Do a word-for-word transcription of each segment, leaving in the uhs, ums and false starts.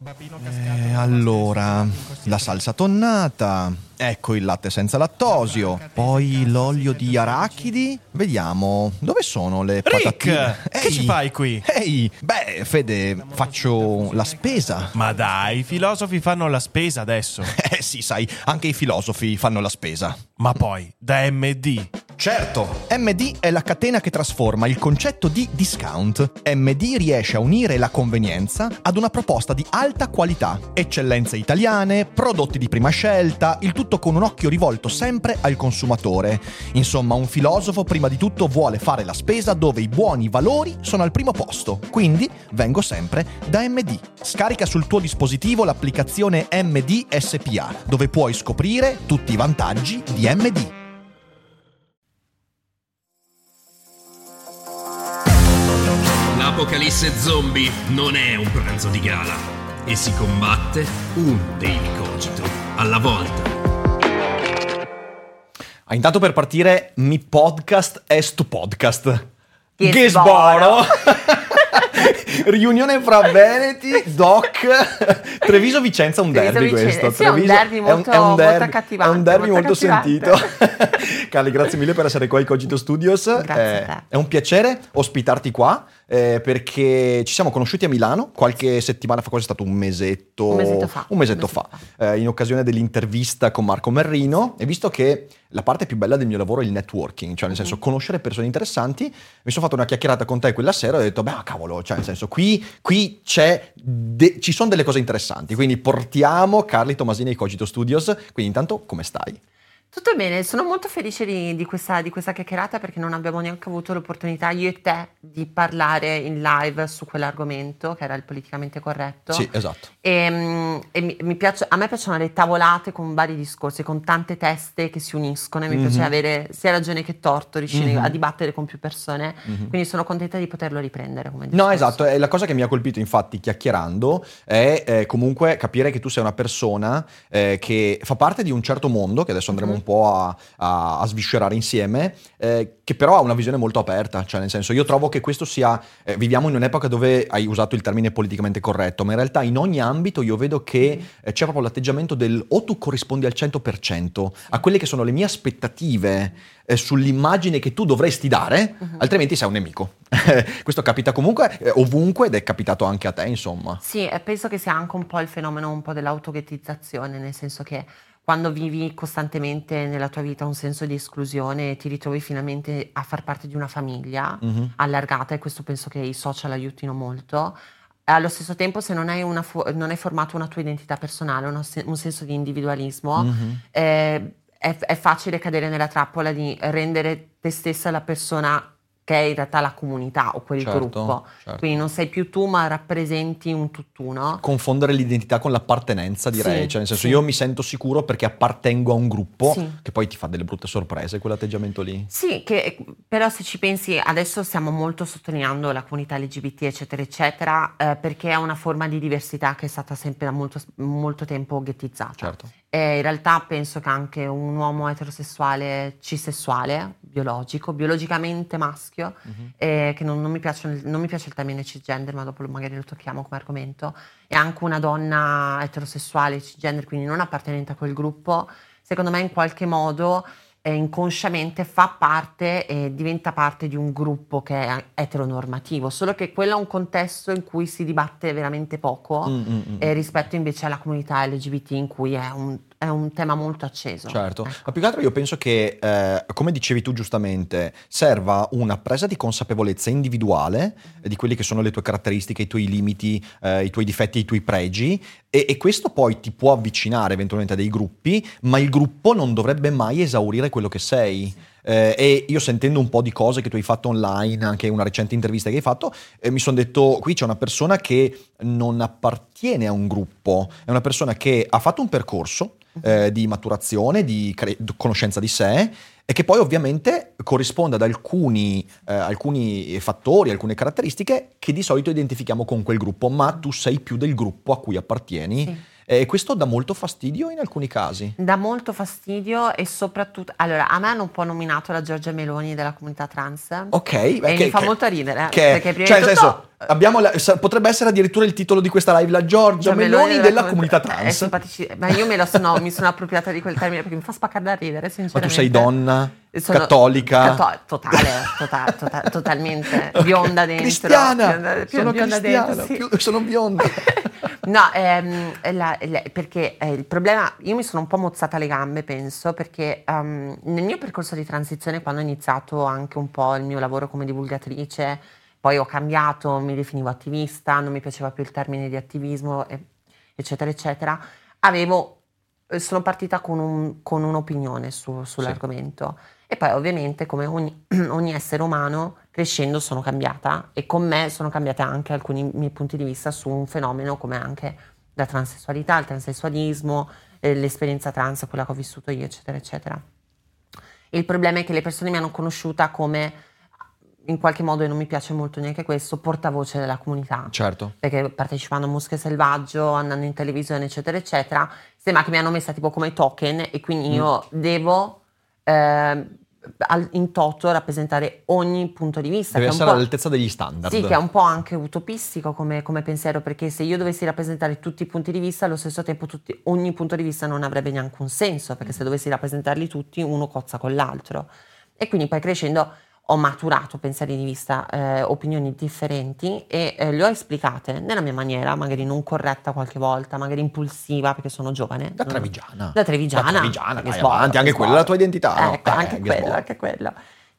Eh, allora, la salsa tonnata, ecco il latte senza lattosio, poi l'olio di arachidi. Vediamo, dove sono le Rick, patatine? che ci fai qui? Ehi, beh, Fede, faccio la spesa. Ma dai, i filosofi fanno la spesa adesso. Eh sì, sai, anche i filosofi fanno la spesa. Ma poi, da M D. Certo, M D è la catena che trasforma il concetto di discount. M D riesce a unire la convenienza ad una proposta di alta qualità, eccellenze italiane, prodotti di prima scelta, il tutto con un occhio rivolto sempre al consumatore. Insomma, un filosofo prima di tutto vuole fare la spesa dove i buoni valori sono al primo posto. Quindi vengo sempre da M D. Scarica sul tuo dispositivo l'applicazione M D S P A, dove puoi scoprire tutti i vantaggi di M D. L'apocalisse zombie non è un pranzo di gala e si combatte un daily cogito alla volta. Ah, intanto per partire, mi podcast es tu podcast. Ghesboro. Riunione fra Veneti, Doc, Treviso Vicenza, un derby Treviso questo. Vicenza. Sì, è un Treviso derby molto- molto accattivante, È un derby molto molto accattivante. sentito. Carli, grazie mille per essere qua in Cogito Studios. Grazie Eh, a te. È un piacere ospitarti qua eh, perché ci siamo conosciuti a Milano qualche settimana fa, cosa è stato un mesetto? Un mesetto fa. Un mesetto Un fa, mesetto eh, in occasione dell'intervista con Marco Merrino, e visto che la parte più bella del mio lavoro è il networking, cioè nel senso conoscere persone interessanti, mi sono fatto una chiacchierata con te quella sera e ho detto, beh cavolo, cioè nel senso qui, qui c'è de- ci sono delle cose interessanti, quindi portiamo Carli Tomasini ai Cogito Studios. Quindi intanto come stai? Tutto bene, sono molto felice di, di questa, di questa chiacchierata perché non abbiamo neanche avuto l'opportunità, io e te, di parlare in live su quell'argomento che era il politicamente corretto. Sì, esatto. E, mm, e mi, mi piace, a me piacciono le tavolate con vari discorsi, con tante teste che si uniscono, e mi Mhm. piace avere sia ragione che torto, riuscire Mhm. a dibattere con più persone, Mhm. quindi sono contenta di poterlo riprendere come No, discorso. esatto, e la cosa che mi ha colpito infatti chiacchierando è eh, comunque capire che tu sei una persona eh, che fa parte di un certo mondo, che adesso andremo Mhm. un po' a, a, a sviscerare insieme, eh, che però ha una visione molto aperta, cioè nel senso io trovo che questo sia, eh, viviamo in un'epoca dove hai usato il termine politicamente corretto, ma in realtà in ogni ambito io vedo che eh, c'è proprio l'atteggiamento del o tu corrispondi al cento per cento a quelle che sono le mie aspettative eh, sull'immagine che tu dovresti dare, Mhm. altrimenti sei un nemico. Questo capita comunque eh, ovunque ed è capitato anche a te, insomma. Sì, e penso che sia anche un po' il fenomeno un po' dell'autoghettizzazione, nel senso che quando vivi costantemente nella tua vita un senso di esclusione, ti ritrovi finalmente a far parte di una famiglia Mhm. allargata, e questo penso che i social aiutino molto. Allo stesso tempo, se non hai, una fo- non hai formato una tua identità personale, uno se- un senso di individualismo, Mhm. eh, è, è facile cadere nella trappola di rendere te stessa la persona che è in realtà la comunità o quel Certo, gruppo. certo. Quindi non sei più tu, ma rappresenti un tutt'uno. Confondere l'identità con l'appartenenza, direi, Sì, cioè nel senso sì. io mi sento sicuro perché appartengo a un gruppo, Sì. che poi ti fa delle brutte sorprese quell'atteggiamento lì. Sì, che però se ci pensi, adesso stiamo molto sottolineando la comunità L G B T, eccetera, eccetera, eh, perché è una forma di diversità che è stata sempre da molto, molto tempo ghettizzata. Certo. E in realtà penso che anche un uomo eterosessuale, cisessuale, biologico, biologicamente maschio, Mhm. eh, che non, non mi piace, non mi piace il termine cisgender, ma dopo lo- magari lo tocchiamo come argomento, e anche una donna eterosessuale, cisgender, quindi non appartenente a quel gruppo, secondo me in qualche modo eh, inconsciamente fa parte e diventa parte di un gruppo che è eteronormativo, solo che quello è un contesto in cui si dibatte veramente poco Mm, mm, mm. eh, rispetto invece alla comunità L G B T, in cui è un, è un tema molto acceso. Certo, Ecco. ma più che altro io penso che, eh, come dicevi tu giustamente, serva una presa di consapevolezza individuale eh, di quelle che sono le tue caratteristiche, i tuoi limiti, eh, i tuoi difetti, i tuoi pregi, e, e questo poi ti può avvicinare eventualmente a dei gruppi, ma il gruppo non dovrebbe mai esaurire quello che sei. Eh, e io sentendo un po' di cose che tu hai fatto online, anche una recente intervista che hai fatto, eh, mi sono detto, qui c'è una persona che non appartiene a un gruppo, è una persona che ha fatto un percorso eh, di maturazione, di cre- di conoscenza di sé, e che poi ovviamente corrisponde ad alcuni, eh, alcuni fattori, alcune caratteristiche che di solito identifichiamo con quel gruppo, ma tu sei più del gruppo a cui appartieni. Sì. E questo dà molto fastidio in alcuni casi. Dà molto fastidio e soprattutto, allora, a me hanno un po' nominato la Giorgia Meloni della comunità trans. Ok, e beh, mi che- fa che- molto ridere. Che, perché prima cioè, di nel tutto, senso, abbiamo la- sa- potrebbe essere addirittura il titolo di questa live, la Giorgia Meloni della comunità È trans. simpatici- ma io me lo sono, mi sono appropriata di quel termine perché mi fa spaccare da ridere, Ma sinceramente. tu sei donna, Sono- cattolica, catto- totale, tota- tota- totalmente bionda dentro. cristiana, bionda, più sono bionda cristiana, dentro, sì. più- sono bionda. No, ehm, la- la- perché eh, il problema, io mi sono un po' mozzata le gambe, penso, perché ehm, nel mio percorso di transizione, quando ho iniziato anche un po' il mio lavoro come divulgatrice, poi ho cambiato, mi definivo attivista, non mi piaceva più il termine di attivismo, e- eccetera, eccetera, avevo, eh, sono partita con, un- con un'opinione su- sull'argomento. E poi ovviamente, come ogni, ogni essere umano, crescendo sono cambiata e con me sono cambiati anche alcuni miei punti di vista su un fenomeno come anche la transessualità, il transessualismo, eh, l'esperienza trans, quella che ho vissuto io, eccetera, eccetera. Il problema è che le persone mi hanno conosciuta come, in qualche modo, e non mi piace molto neanche questo, portavoce della comunità. Certo. Perché partecipando a Muschio Selvaggio, andando in televisione, eccetera, eccetera, sembra che mi hanno messa tipo come token e quindi io devo eh, al- in toto rappresentare ogni punto di vista. Deve che è un essere po'- all'altezza degli standard. Sì, che è un po' anche utopistico come, come pensiero, perché se io dovessi rappresentare tutti i punti di vista, allo stesso tempo tutti- ogni punto di vista non avrebbe neanche un senso, perché se dovessi rappresentarli tutti, uno cozza con l'altro. E quindi poi crescendo ho maturato pensieri di vista, eh, opinioni differenti e eh, le ho esplicate nella mia maniera, magari non corretta qualche volta, magari impulsiva perché sono giovane. Da non- trevigiana. Da trevigiana. Da trevigiana, Che dai, sborro, avanti, che anche quella è la tua sborro. identità, no? Ecco, Eh, anche che quello, sborro. anche quello.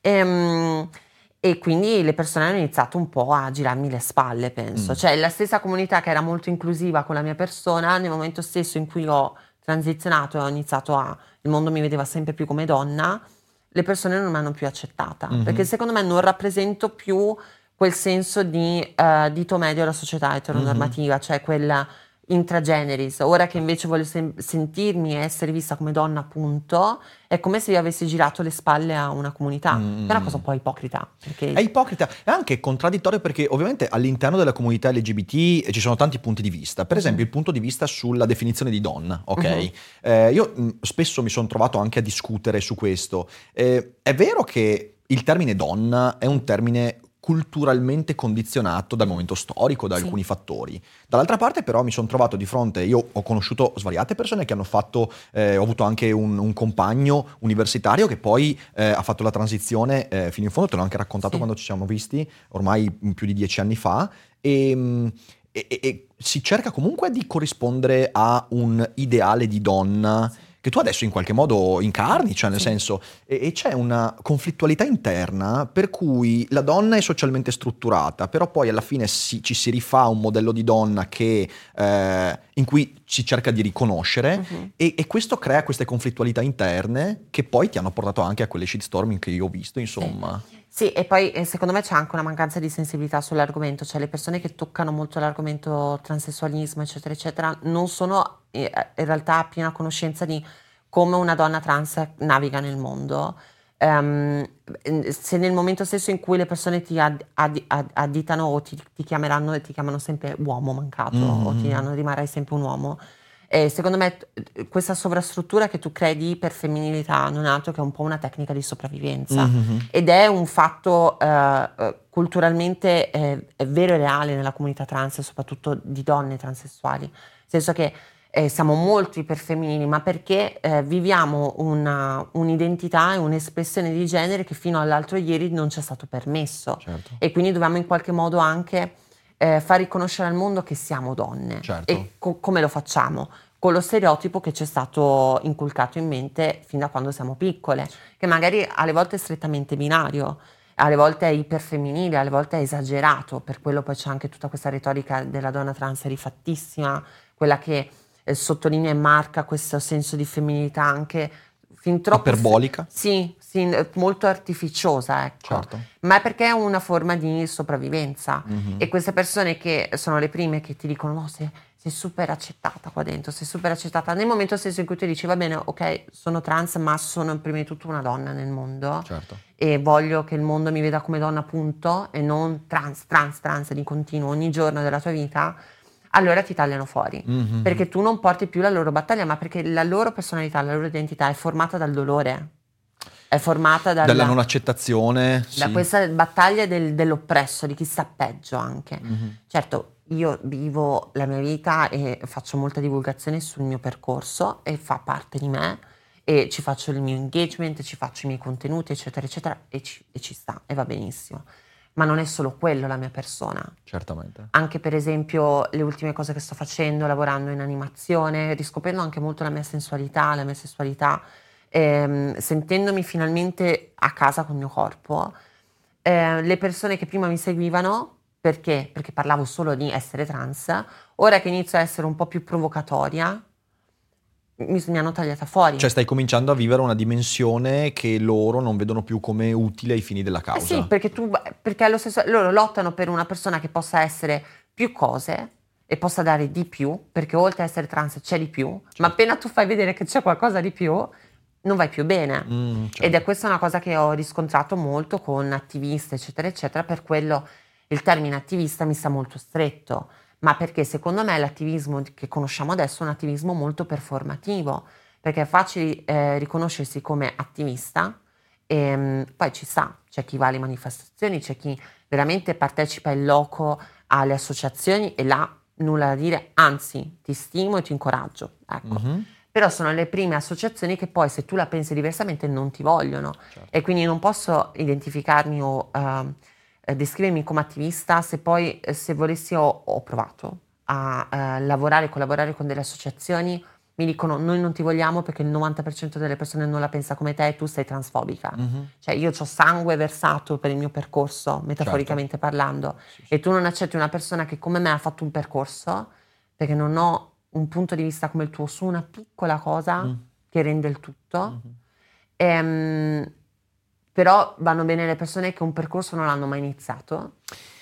Ehm, E, quindi le persone hanno iniziato un po' a girarmi le spalle, penso. Mm. Cioè la stessa comunità che era molto inclusiva con la mia persona, nel momento stesso in cui ho transizionato e ho iniziato a... il mondo mi vedeva sempre più come donna, le persone non mi hanno più accettata, Mhm. perché secondo me non rappresento più quel senso di eh, dito medio alla società eteronormativa, cioè quella intrageneris. Ora che invece voglio sem- sentirmi e essere vista come donna, appunto, è come se io avessi girato le spalle a una comunità, Mm. che è una cosa un po' ipocrita. Perché... È ipocrita, è anche contraddittorio perché ovviamente all'interno della comunità L G B T ci sono tanti punti di vista. Per esempio il punto di vista sulla definizione di donna, ok? Mhm. Eh, io mh, spesso mi sono trovato anche a discutere su questo. Eh, è vero che il termine donna è un termine culturalmente condizionato dal momento storico, da Sì. alcuni fattori. Dall'altra parte però mi sono trovato di fronte, io ho conosciuto svariate persone che hanno fatto, eh, ho avuto anche un, un compagno universitario che poi eh, ha fatto la transizione eh, fino in fondo, te l'ho anche raccontato Sì. quando ci siamo visti, ormai più di dieci anni fa, e, mh, e- e- e si cerca comunque di corrispondere a un ideale di donna che tu adesso in qualche modo incarni, cioè nel Sì. senso, e, e c'è una conflittualità interna per cui la donna è socialmente strutturata, però poi alla fine si- ci si rifà un modello di donna che, eh, in cui si cerca di riconoscere Mhm. e, e questo crea queste conflittualità interne che poi ti hanno portato anche a quelle shitstorming che io ho visto, insomma. Sì, e poi eh, secondo me c'è anche una mancanza di sensibilità sull'argomento, cioè le persone che toccano molto l'argomento transessualismo, eccetera, eccetera, non sono eh, in realtà a piena conoscenza di come una donna trans naviga nel mondo. Ehm, se nel momento stesso in cui le persone ti ad- ad- ad- additano o ti, ti chiameranno e ti chiamano sempre uomo mancato Mhm. o ti diranno rimarrai sempre un uomo, eh, secondo me t- questa sovrastruttura che tu credi per femminilità non è altro che un po' una tecnica di sopravvivenza. Mhm. Ed è un fatto eh, eh, culturalmente eh, è vero e reale nella comunità trans, soprattutto di donne transessuali. Nel senso che eh, siamo molto iperfemminili, ma perché eh, viviamo una- un'identità e un'espressione di genere che fino all'altro ieri non ci è stato permesso. Certo. E quindi dobbiamo in qualche modo anche eh, far riconoscere al mondo che siamo donne. Certo. E co- come lo facciamo? Con lo stereotipo che ci è stato inculcato in mente fin da quando siamo piccole, che magari alle volte è strettamente binario, alle volte è iperfemminile, alle volte è esagerato, per quello poi c'è anche tutta questa retorica della donna trans rifattissima, quella che eh, sottolinea e marca questo senso di femminilità anche fin troppo... Iperbolica. Sì, sì, eh, molto artificiosa, ecco. Certo. Ma è perché è una forma di sopravvivenza. Mhm. E queste persone che sono le prime che ti dicono no, sei, sei super accettata qua dentro, sei super accettata. Nel momento stesso in cui ti dici va bene, ok, sono trans, ma sono prima di tutto una donna nel mondo Certo. e voglio che il mondo mi veda come donna, punto, e non trans, trans, trans di continuo ogni giorno della tua vita. allora ti tagliano fuori, Mhm. perché tu non porti più la loro battaglia, ma perché la loro personalità, la loro identità è formata dal dolore, è formata dalla, Dalla non accettazione, da sì. questa battaglia del- dell'oppresso, di chi sta peggio anche. Mhm. Certo, io vivo la mia vita e faccio molta divulgazione sul mio percorso e fa parte di me e ci faccio il mio engagement, ci faccio i miei contenuti, eccetera, eccetera, e ci, e ci sta, e va benissimo. Ma non è solo quello la mia persona. Certamente. Anche per esempio le ultime cose che sto facendo, lavorando in animazione, riscoprendo anche molto la mia sensualità, la mia sessualità, ehm, sentendomi finalmente a casa col mio corpo. Eh, le persone che prima mi seguivano, perché? Perché parlavo solo di essere trans, ora che inizio a essere un po' più provocatoria, mi, mi hanno tagliata fuori. Cioè stai cominciando a vivere una dimensione che loro non vedono più come utile ai fini della Eh causa. sì, perché tu, perché allo stesso, loro lottano per una persona che possa essere più cose e possa dare di più, perché oltre a essere trans c'è di più, ma appena tu fai vedere che c'è qualcosa di più, non vai più bene. Mm, certo. Ed è questa una cosa che ho riscontrato molto con attiviste, eccetera, eccetera, per quello il termine attivista mi sta molto stretto, ma perché secondo me l'attivismo che conosciamo adesso è un attivismo molto performativo, perché è facile eh, riconoscersi come attivista e mh, poi ci sta, c'è chi va alle manifestazioni, c'è chi veramente partecipa in loco alle associazioni e là nulla da dire, anzi ti stimo e ti incoraggio, ecco. Mhm. Però sono le prime associazioni che poi se tu la pensi diversamente non ti vogliono. Certo. E quindi non posso identificarmi o ehm, eh, descrivermi come attivista se poi eh, se volessi ho, ho provato a eh, lavorare, collaborare con delle associazioni, mi dicono noi non ti vogliamo perché il novanta per cento delle persone non la pensa come te e tu sei transfobica. Mhm. Cioè io ho sangue versato per il mio percorso, metaforicamente parlando, Sì, sì. e tu non accetti una persona che come me ha fatto un percorso perché non ho un punto di vista come il tuo su una piccola cosa Mm. che rende il tutto. Mhm. Ehm, però vanno bene le persone che un percorso non l'hanno mai iniziato.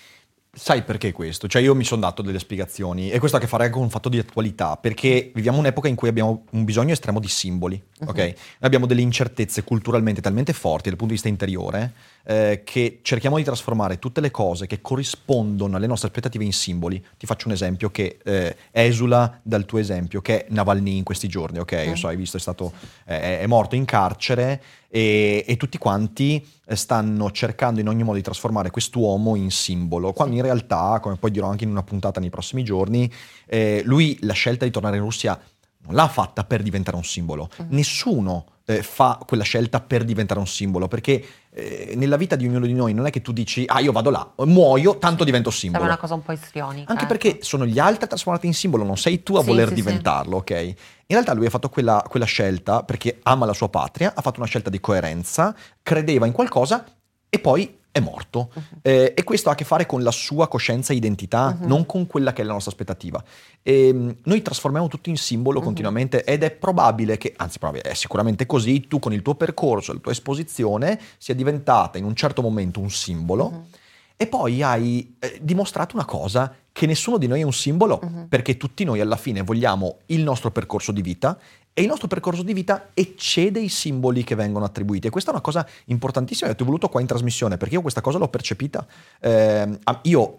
Sai perché questo? Cioè io mi sono dato delle spiegazioni e questo ha a che fare anche con un fatto di attualità, perché viviamo un'epoca in cui abbiamo un bisogno estremo di simboli, ok? Noi abbiamo delle incertezze culturalmente talmente forti dal punto di vista interiore eh, che cerchiamo di trasformare tutte le cose che corrispondono alle nostre aspettative in simboli. Ti faccio un esempio che eh, esula dal tuo esempio, che è Navalny in questi giorni, ok? Mm. So, hai visto, è stato eh, è morto in carcere e, e tutti quanti stanno cercando in ogni modo di trasformare quest'uomo in simbolo, quando in realtà, come poi dirò anche in una puntata nei prossimi giorni, eh, lui la scelta di tornare in Russia non l'ha fatta per diventare un simbolo. Mm. Nessuno eh, fa quella scelta per diventare un simbolo, perché eh, nella vita di ognuno di noi non è che tu dici ah io vado là, muoio, tanto divento simbolo. Sembra una cosa un po' istrionica. Anche ecco. perché sono gli altri a trasformarti in simbolo, non sei tu a Sì, voler sì, sì. diventarlo, ok? In realtà lui ha fatto quella, quella scelta perché ama la sua patria, ha fatto una scelta di coerenza, credeva in qualcosa e poi è morto. Mhm. Eh, e questo ha a che fare con la sua coscienza e identità, Mhm. non con quella che è la nostra aspettativa. E, mh, noi trasformiamo tutto in simbolo Mhm. continuamente ed è probabile che, anzi probabile, è sicuramente così, tu con il tuo percorso, la tua esposizione sia diventata in un certo momento un simbolo. Mhm. E poi hai eh, dimostrato una cosa, che nessuno di noi è un simbolo, Mhm. perché tutti noi alla fine vogliamo il nostro percorso di vita e il nostro percorso di vita eccede i simboli che vengono attribuiti. E questa è una cosa importantissima che ti ho voluto qua in trasmissione, perché io questa cosa l'ho percepita. Eh, io,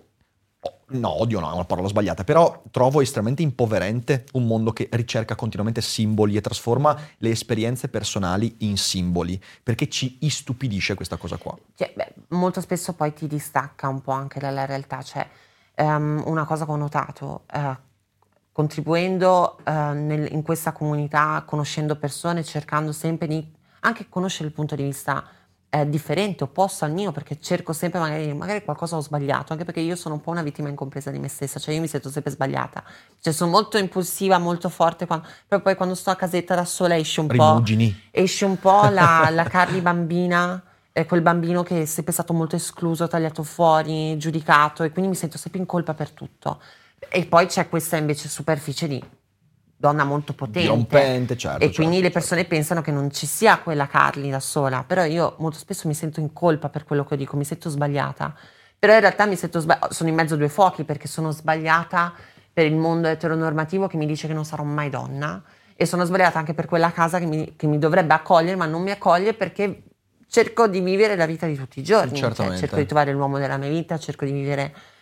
no, odio no, è una parola sbagliata, però trovo estremamente impoverente un mondo che ricerca continuamente simboli e trasforma le esperienze personali in simboli, perché ci istupidisce questa cosa qua. Cioè, beh, molto spesso poi ti distacca un po' anche dalla realtà. Cioè, ehm, una cosa che ho notato, eh, contribuendo eh, nel- in questa comunità, conoscendo persone, cercando sempre di anche conoscere il punto di vista eh, differente, opposto al mio, perché cerco sempre magari, magari qualcosa ho sbagliato, anche perché io sono un po' una vittima incompresa di me stessa, cioè io mi sento sempre sbagliata. Cioè sono molto impulsiva, molto forte, quando, però poi quando sto a casetta da sola esce un po'... Rimugini. esce un po' la, la Carly bambina, eh, quel bambino che è sempre stato molto escluso, tagliato fuori, giudicato, e quindi mi sento sempre in colpa per tutto. E poi c'è questa invece superficie di donna molto potente. Dirompente, certo. E certo, quindi le certo. persone pensano che non ci sia quella Carly da sola, però io molto spesso mi sento in colpa per quello che dico, mi sento sbagliata. Però in realtà mi sento sba- sono in mezzo a due fuochi, perché sono sbagliata per il mondo eteronormativo che mi dice che non sarò mai donna, e sono sbagliata anche per quella casa che mi, che mi dovrebbe accogliere, ma non mi accoglie perché cerco di vivere la vita di tutti i giorni. Cioè, Certamente. cerco di trovare l'uomo della mia vita, cerco di vivere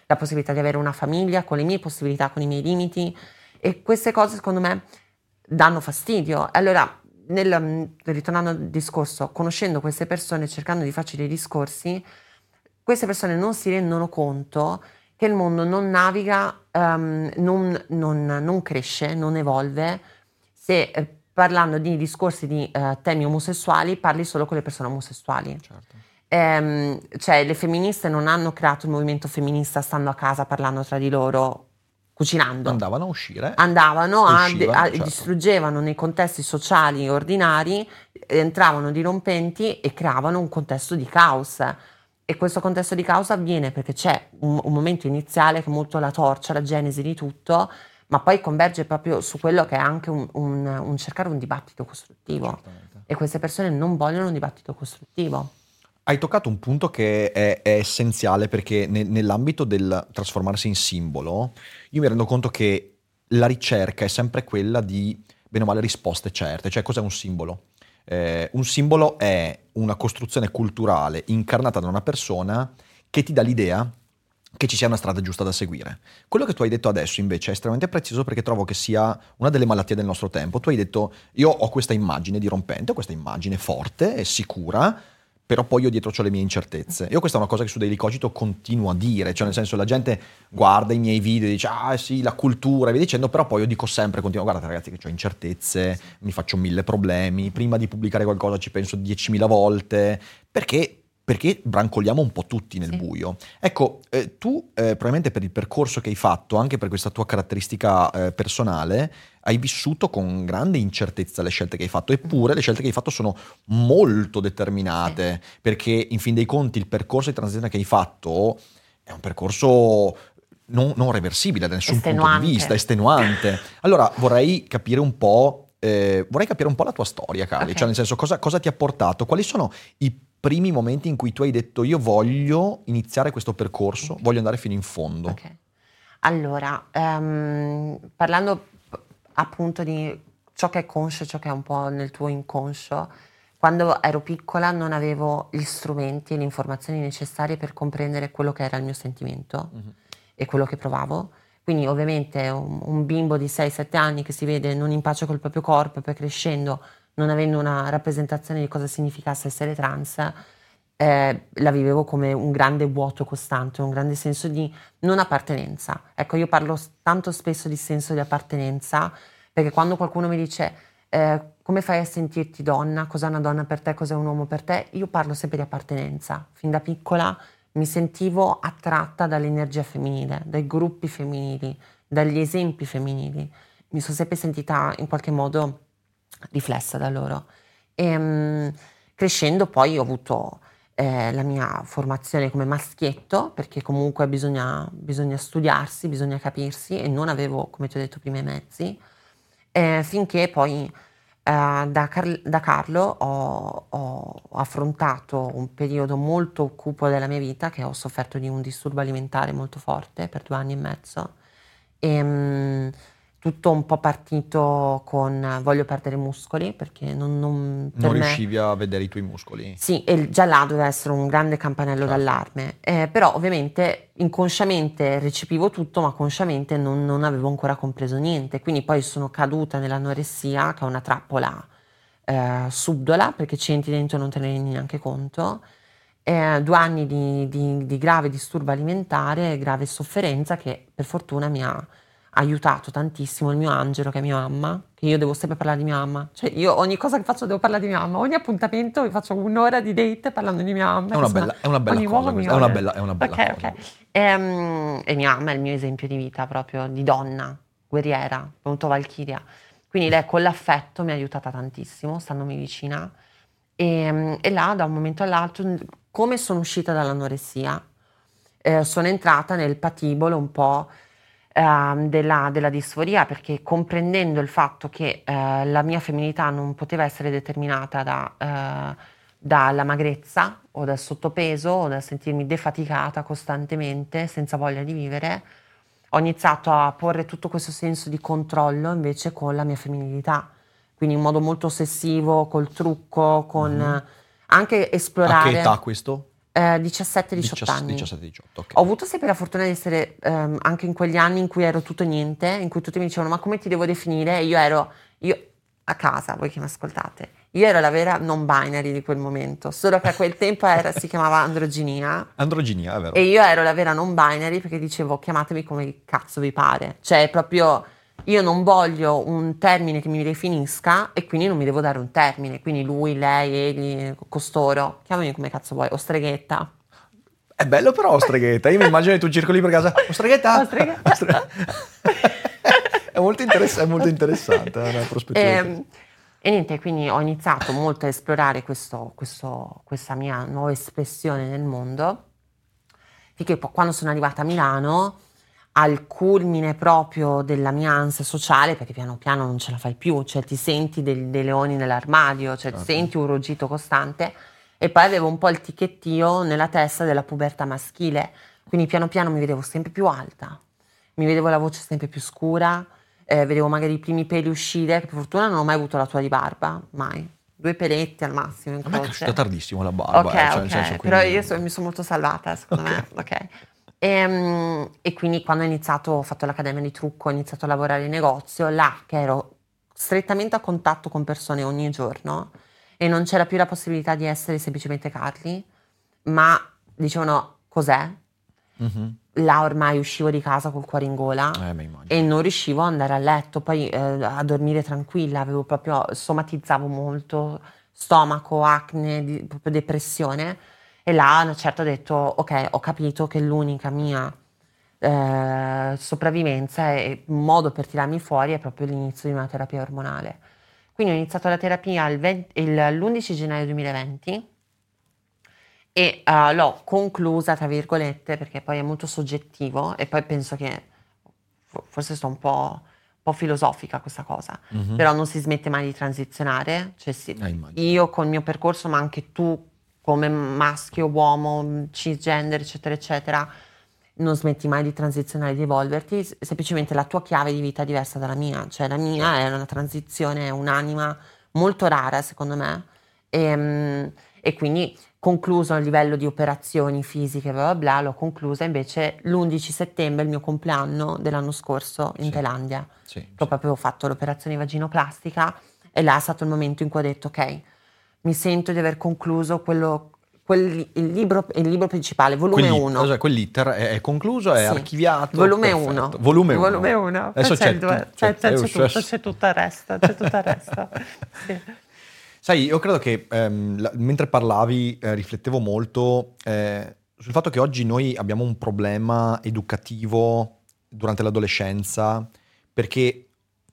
la possibilità di avere una famiglia con le mie possibilità, con i miei limiti, e queste cose secondo me danno fastidio. Allora, nel, ritornando al discorso, conoscendo queste persone, cercando di farci dei discorsi, queste persone non si rendono conto che il mondo non naviga, um, non, non, non cresce, non evolve se eh, parlando di discorsi di uh, temi omosessuali parli solo con le persone omosessuali. Certo. Ehm, cioè le femministe non hanno creato il movimento femminista stando a casa parlando tra di loro, cucinando. Andavano a uscire. Andavano a, uscivano, a certo. distruggevano nei contesti sociali ordinari, entravano dirompenti e creavano un contesto di caos. E questo contesto di caos avviene perché c'è un, un momento iniziale che è molto la torcia, la genesi di tutto, ma poi converge proprio su quello che è anche un, un, un cercare un dibattito costruttivo. Certamente. E queste persone non vogliono un dibattito costruttivo. Hai toccato un punto che è, è essenziale, perché ne- nell'ambito del trasformarsi in simbolo, io mi rendo conto che la ricerca è sempre quella di, bene o male, risposte certe. Cioè, cos'è un simbolo? Eh, un simbolo è una costruzione culturale incarnata da una persona che ti dà l'idea che ci sia una strada giusta da seguire. Quello che tu hai detto adesso invece è estremamente prezioso, perché trovo che sia una delle malattie del nostro tempo. Tu hai detto: io ho questa immagine dirompente, ho questa immagine forte e sicura, però poi io dietro ho le mie incertezze. Io questa è una cosa che su Daily Cogito continuo a dire, cioè nel senso, la gente guarda i miei video e dice ah sì, la cultura e via dicendo, però poi io dico sempre, continuo, guardate ragazzi che ho incertezze, mi faccio mille problemi, prima di pubblicare qualcosa ci penso diecimila volte, perché perché brancoliamo un po' tutti nel Sì. buio. Ecco, eh, tu eh, probabilmente per il percorso che hai fatto, anche per questa tua caratteristica eh, personale, hai vissuto con grande incertezza le scelte che hai fatto, eppure le scelte che hai fatto sono molto determinate, Sì. perché in fin dei conti il percorso di transizione che hai fatto è un percorso non, non reversibile da nessun Estenuante. punto di vista, estenuante. Allora vorrei capire un po', eh, vorrei capire un po' la tua storia, Cali, Ok. cioè nel senso cosa, cosa ti ha portato, quali sono i primi momenti in cui tu hai detto io voglio iniziare questo percorso, voglio andare fino in fondo. Ok. Allora, ehm, parlando p- appunto di ciò che è conscio e ciò che è un po' nel tuo inconscio, quando ero piccola non avevo gli strumenti e le informazioni necessarie per comprendere quello che era il mio sentimento Mhm. e quello che provavo. Quindi ovviamente un, un bimbo di sei sette anni che si vede non in pace col proprio corpo e poi crescendo, non avendo una rappresentazione di cosa significasse essere trans, eh, la vivevo come un grande vuoto costante, un grande senso di non appartenenza. Ecco, io parlo s- tanto spesso di senso di appartenenza, perché quando qualcuno mi dice eh, come fai a sentirti donna, cos'è una donna per te, cos'è un uomo per te, io parlo sempre di appartenenza. Fin da piccola mi sentivo attratta dall'energia femminile, dai gruppi femminili, dagli esempi femminili. Mi sono sempre sentita in qualche modo riflessa da loro. E, mm, crescendo poi ho avuto eh, la mia formazione come maschietto, perché comunque bisogna, bisogna studiarsi, bisogna capirsi, e non avevo, come ti ho detto prima, i mezzi, eh, finché poi eh, da, Car- da Carlo ho, ho affrontato un periodo molto cupo della mia vita, che ho sofferto di un disturbo alimentare molto forte per due anni e mezzo. E, mm, tutto un po' partito con eh, voglio perdere muscoli, perché non, non, per Non me... riuscivi a vedere i tuoi muscoli. Sì, e già là doveva essere un grande campanello Certo. d'allarme. Eh, però ovviamente inconsciamente recepivo tutto, ma consciamente non, non avevo ancora compreso niente. Quindi poi sono caduta nell'anoressia, che è una trappola eh, subdola, perché ci entri dentro e non te ne rendi neanche conto. Eh, due anni di, di- di grave disturbo alimentare, grave sofferenza, che per fortuna mi ha aiutato tantissimo il mio angelo, che è mia mamma, che io devo sempre parlare di mia mamma. Cioè io ogni cosa che faccio devo parlare di mia mamma, ogni appuntamento vi faccio un'ora di date parlando di mia mamma. È una che bella, è una bella ogni cosa uomo mi questa, è una odia. bella, è una bella Ok, cosa. ok. Ehm, E, mia mamma è il mio esempio di vita, proprio di donna, guerriera, appunto Valchiria. Quindi lei con l'affetto mi ha aiutata tantissimo, standomi vicina. E, e là, da un momento all'altro, come sono uscita dall'anoressia, eh, sono entrata nel patibolo un po' ehm, della, della disforia, perché comprendendo il fatto che eh, la mia femminilità non poteva essere determinata da, eh, dalla magrezza o dal sottopeso o dal sentirmi defaticata costantemente, senza voglia di vivere, ho iniziato a porre tutto questo senso di controllo invece con la mia femminilità, quindi in modo molto ossessivo, col trucco, con Mhm. eh, anche A che esplorare. età questo? Eh, diciassette diciotto anni. diciassette diciotto, ok. Ho avuto sempre la fortuna di essere ehm, anche in quegli anni in cui ero tutto e niente, in cui tutti mi dicevano ma come ti devo definire? E io ero, io a casa, voi che mi ascoltate, io ero la vera non binary di quel momento, solo che a quel tempo era, si chiamava androginia. Androginia, è vero. E io ero la vera non binary perché dicevo chiamatemi come cazzo vi pare, cioè proprio io non voglio un termine che mi definisca e quindi non mi devo dare un termine, quindi lui, lei, egli, costoro, chiamami come cazzo vuoi, o streghetta. È bello però streghetta, io mi immagino che tu circoli per casa, oh, streghetta! Oh, streghetta. Oh, stre- è, molto interess- è molto interessante, è una prospettiva. E, e niente, quindi ho iniziato molto a esplorare questo, questo, questa mia nuova espressione nel mondo, finché poi quando sono arrivata a Milano, al culmine proprio della mia ansia sociale, perché piano piano non ce la fai più, cioè ti senti dei, dei leoni nell'armadio, cioè ti senti un ruggito costante, e poi avevo un po' il ticchettio nella testa della pubertà maschile, quindi piano piano mi vedevo sempre più alta, mi vedevo la voce sempre più scura, eh, vedevo magari i primi peli uscire, che per fortuna non ho mai avuto la tua di barba, mai, due peletti al massimo in A me è croce. cresciuta tardissimo la barba, Ok, eh, cioè, ok, nel senso, però quindi- io so- mi sono molto salvata, secondo me, ok. E, e quindi quando ho iniziato, ho fatto l'accademia di trucco, ho iniziato a lavorare in negozio, là che ero strettamente a contatto con persone ogni giorno e non c'era più la possibilità di essere semplicemente Carly, ma dicevano cos'è? Mhm. Là ormai uscivo di casa col cuore in gola Eh, mi immagino. e non riuscivo ad andare a letto, poi eh, a dormire tranquilla, avevo proprio, somatizzavo molto, stomaco, acne, di- proprio depressione. E là a una certa ho detto, ok, ho capito che l'unica mia eh, sopravvivenza e un modo per tirarmi fuori è proprio l'inizio di una terapia ormonale. Quindi ho iniziato la terapia il venti il- l'undici gennaio duemilaventi e eh, l'ho conclusa, tra virgolette, perché poi è molto soggettivo e poi penso che fo- forse sto un po', un po' filosofica questa cosa, Mhm. però non si smette mai di transizionare, cioè sì, Eh, immagino. io col mio percorso, ma anche tu come maschio, uomo, cisgender, eccetera, eccetera, non smetti mai di transizionare, di evolverti, s- semplicemente la tua chiave di vita è diversa dalla mia, cioè la mia è una transizione, è un'anima molto rara secondo me e, mm, e quindi concluso a livello di operazioni fisiche, bla bla bla, l'ho conclusa invece l'undici settembre, il mio compleanno dell'anno scorso in Sì. Thailandia, Sì, che ho proprio fatto l'operazione vaginoplastica e là è stato il momento in cui ho detto ok, mi sento di aver concluso quello, quel- il, libro, il libro principale, volume Quell'it- uno. cioè, quell'iter è, è concluso, è Sì. archiviato. Volume perfetto. uno. Volume uno. Volume uno. Adesso Poi c'è c'è, il due. tu- C'è, c'è, eh, c'è cioè- tutto, c'è tutto il resto, c'è tutto il resto. Sì. Sai, io credo che ehm, la- mentre parlavi eh, riflettevo molto eh, sul fatto che oggi noi abbiamo un problema educativo durante l'adolescenza perché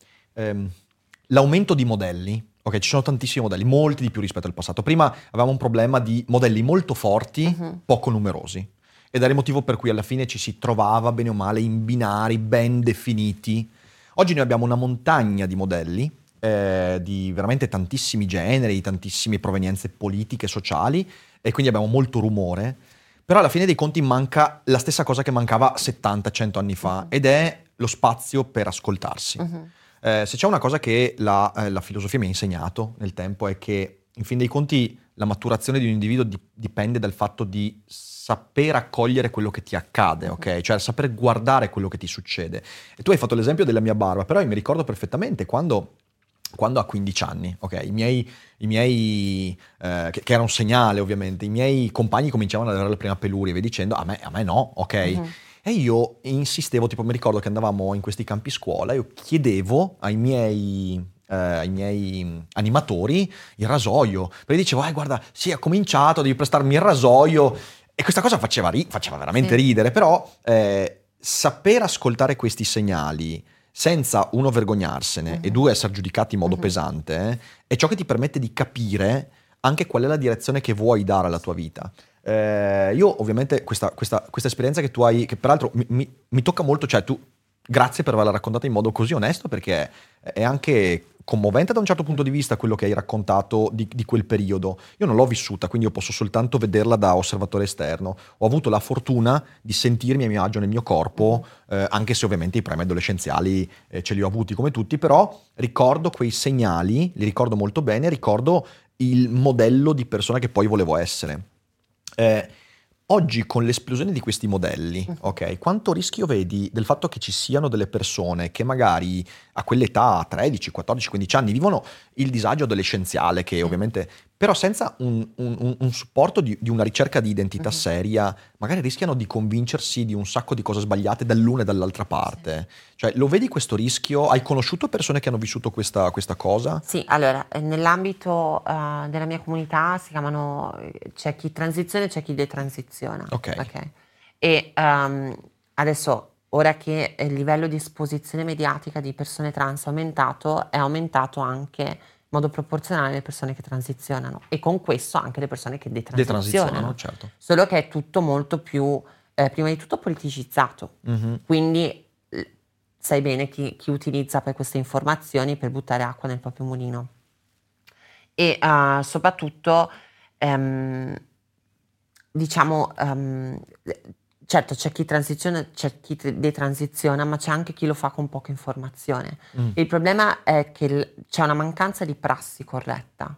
ehm, l'aumento di modelli, ok, ci sono tantissimi modelli, molti di più rispetto al passato. Prima avevamo un problema di modelli molto forti, Mhm. poco numerosi. Ed era il motivo per cui alla fine ci si trovava bene o male in binari ben definiti. Oggi noi abbiamo una montagna di modelli, eh, di veramente tantissimi generi, di tantissime provenienze politiche, sociali, e quindi abbiamo molto rumore. Però alla fine dei conti manca la stessa cosa che mancava settanta cento anni fa, ed è lo spazio per ascoltarsi. Mhm. Eh, se c'è una cosa che la, eh, la filosofia mi ha insegnato nel tempo è che in fin dei conti la maturazione di un individuo di- dipende dal fatto di saper accogliere quello che ti accade, ok? Cioè saper guardare quello che ti succede. E tu hai fatto l'esempio della mia barba, però io mi ricordo perfettamente quando, quando a quindici anni, ok? I miei, i miei eh, che, che era un segnale ovviamente, i miei compagni cominciavano ad avere la prima peluria e via dicendo, a me, a me no, ok? Mhm. E io insistevo, tipo mi ricordo che andavamo in questi campi scuola, io chiedevo ai miei, eh, ai miei animatori il rasoio, perché dicevo, eh guarda, sì, ha cominciato, devi prestarmi il rasoio, e questa cosa faceva, ri- faceva veramente Sì. ridere, però eh, saper ascoltare questi segnali senza, uno, vergognarsene Mhm. e due, essere giudicati in modo Mhm. pesante, eh, è ciò che ti permette di capire anche qual è la direzione che vuoi dare alla tua vita. Eh, io ovviamente questa, questa, questa esperienza che tu hai, che peraltro mi, mi- mi tocca molto, cioè tu, grazie per averla raccontata in modo così onesto, perché è anche commovente da un certo punto di vista quello che hai raccontato di, di quel periodo. Io non l'ho vissuta, quindi io posso soltanto vederla da osservatore esterno. Ho avuto la fortuna di sentirmi a mio agio nel mio corpo, eh, anche se ovviamente i premi adolescenziali eh, ce li ho avuti come tutti, però ricordo quei segnali, li ricordo molto bene, ricordo il modello di persona che poi volevo essere. Eh, Oggi con l'esplosione di questi modelli, ok, quanto rischio vedi del fatto che ci siano delle persone che magari a quell'età, tredici, quattordici, quindici anni, vivono il disagio adolescenziale, che ovviamente, però senza un, un- un supporto di, di una ricerca di identità seria, magari rischiano di convincersi di un sacco di cose sbagliate dall'una e dall'altra parte. Cioè, lo vedi questo rischio? Hai conosciuto persone che hanno vissuto questa, questa cosa? Sì, allora, eh, nell'ambito eh, della mia comunità si chiamano, eh, c'è chi transiziona e c'è chi detransiziona. Ok. E ehm, adesso, ora che il livello di esposizione mediatica di persone trans è aumentato, è aumentato anche in modo proporzionale le persone che transizionano e con questo anche le persone che detransizzionano. Detransizione, certo. Solo che è tutto molto più, eh, prima di tutto politicizzato. Mhm. Quindi eh, sai bene chi, chi utilizza poi queste informazioni per buttare acqua nel proprio mulino. E eh, soprattutto, ehm, diciamo, ehm, certo c'è chi transiziona, c'è chi t- detransiziona, ma c'è anche chi lo fa con poca informazione. Mm. Il problema è che l- c'è una mancanza di prassi corretta.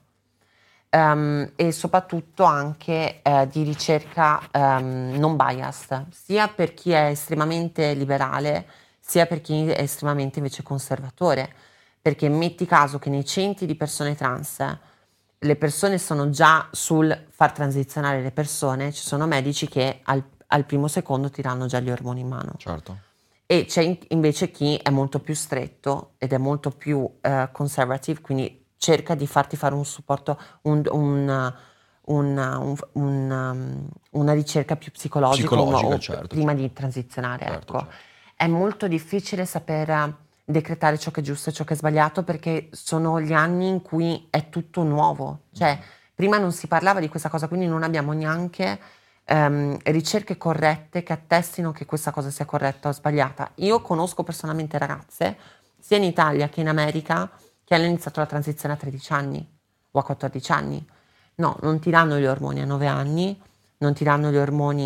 Ehm, e soprattutto anche eh, di ricerca ehm, non biased, sia per chi è estremamente liberale, sia per chi è estremamente invece conservatore. Perché metti caso che nei centri di persone trans le persone sono già sul far transizionare le persone, ci sono medici che al, al primo secondo ti danno già gli ormoni in mano. Certo. E c'è in- invece chi è molto più stretto ed è molto più eh, conservative, quindi cerca di farti fare un supporto, un- un- una, un- un, um, una ricerca più psicologica, Psicologica, o- certo, prima certo. di transizionare. Certo, Ecco. certo. È molto difficile saper eh, decretare ciò che è giusto e ciò che è sbagliato perché sono gli anni in cui è tutto nuovo. Cioè, prima non si parlava di questa cosa, quindi non abbiamo neanche ehm, ricerche corrette che attestino che questa cosa sia corretta o sbagliata. Io conosco personalmente ragazze, sia in Italia che in America, che hanno iniziato la transizione a tredici anni o a quattordici anni. No, non ti danno gli ormoni a nove anni, non ti danno gli ormoni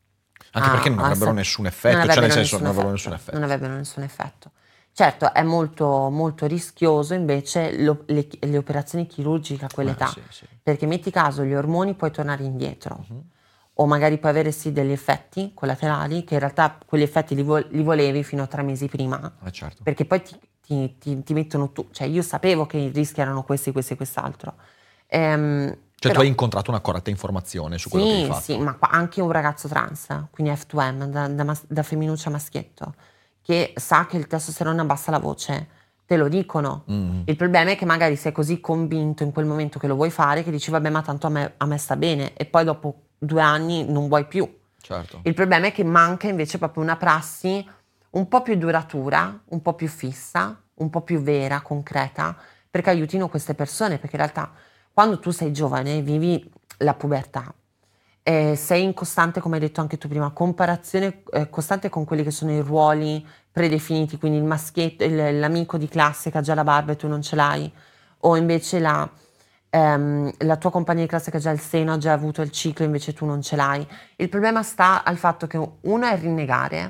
Anche a- perché non a avrebbero se- nessun non effetto, cioè nel avrebbero senso nessun non avrebbero effetto, nessun effetto. non avrebbero nessun effetto. Certo, è molto, molto rischioso invece lo- le, le operazioni chirurgiche a quell'età, Eh, sì, sì. perché metti caso gli ormoni puoi tornare indietro o magari puoi avere sì degli effetti collaterali che in realtà quegli effetti li, vo- li volevi fino a tre mesi prima, Eh, certo. perché poi ti, ti- ti- ti mettono tu, cioè io sapevo che i rischi erano questi, questi e quest'altro. Ehm, Cioè però- tu hai incontrato una corretta informazione su quello che hai sì, fatto. sì, ma qua- anche un ragazzo trans, quindi F due M, da, da mas- da femminuccia a maschietto, che sa che il testosterone abbassa la voce, te lo dicono. Mm. Il problema è che magari sei così convinto in quel momento che lo vuoi fare che dici vabbè ma tanto a me, a me sta bene e poi dopo due anni non vuoi più. Certo. Il problema è che manca invece proprio una prassi un po' più duratura, un po' più fissa, un po' più vera, concreta, perché aiutino queste persone, perché in realtà quando tu sei giovane vivi la pubertà, eh, sei in costante, come hai detto anche tu prima, comparazione eh, costante con quelli che sono i ruoli predefiniti, quindi il maschietto, il- l'amico di classe che ha già la barba e tu non ce l'hai, o invece la, ehm, la tua compagna di classe che ha già il seno, ha già avuto il ciclo, invece tu non ce l'hai. Il problema sta al fatto che uno è rinnegare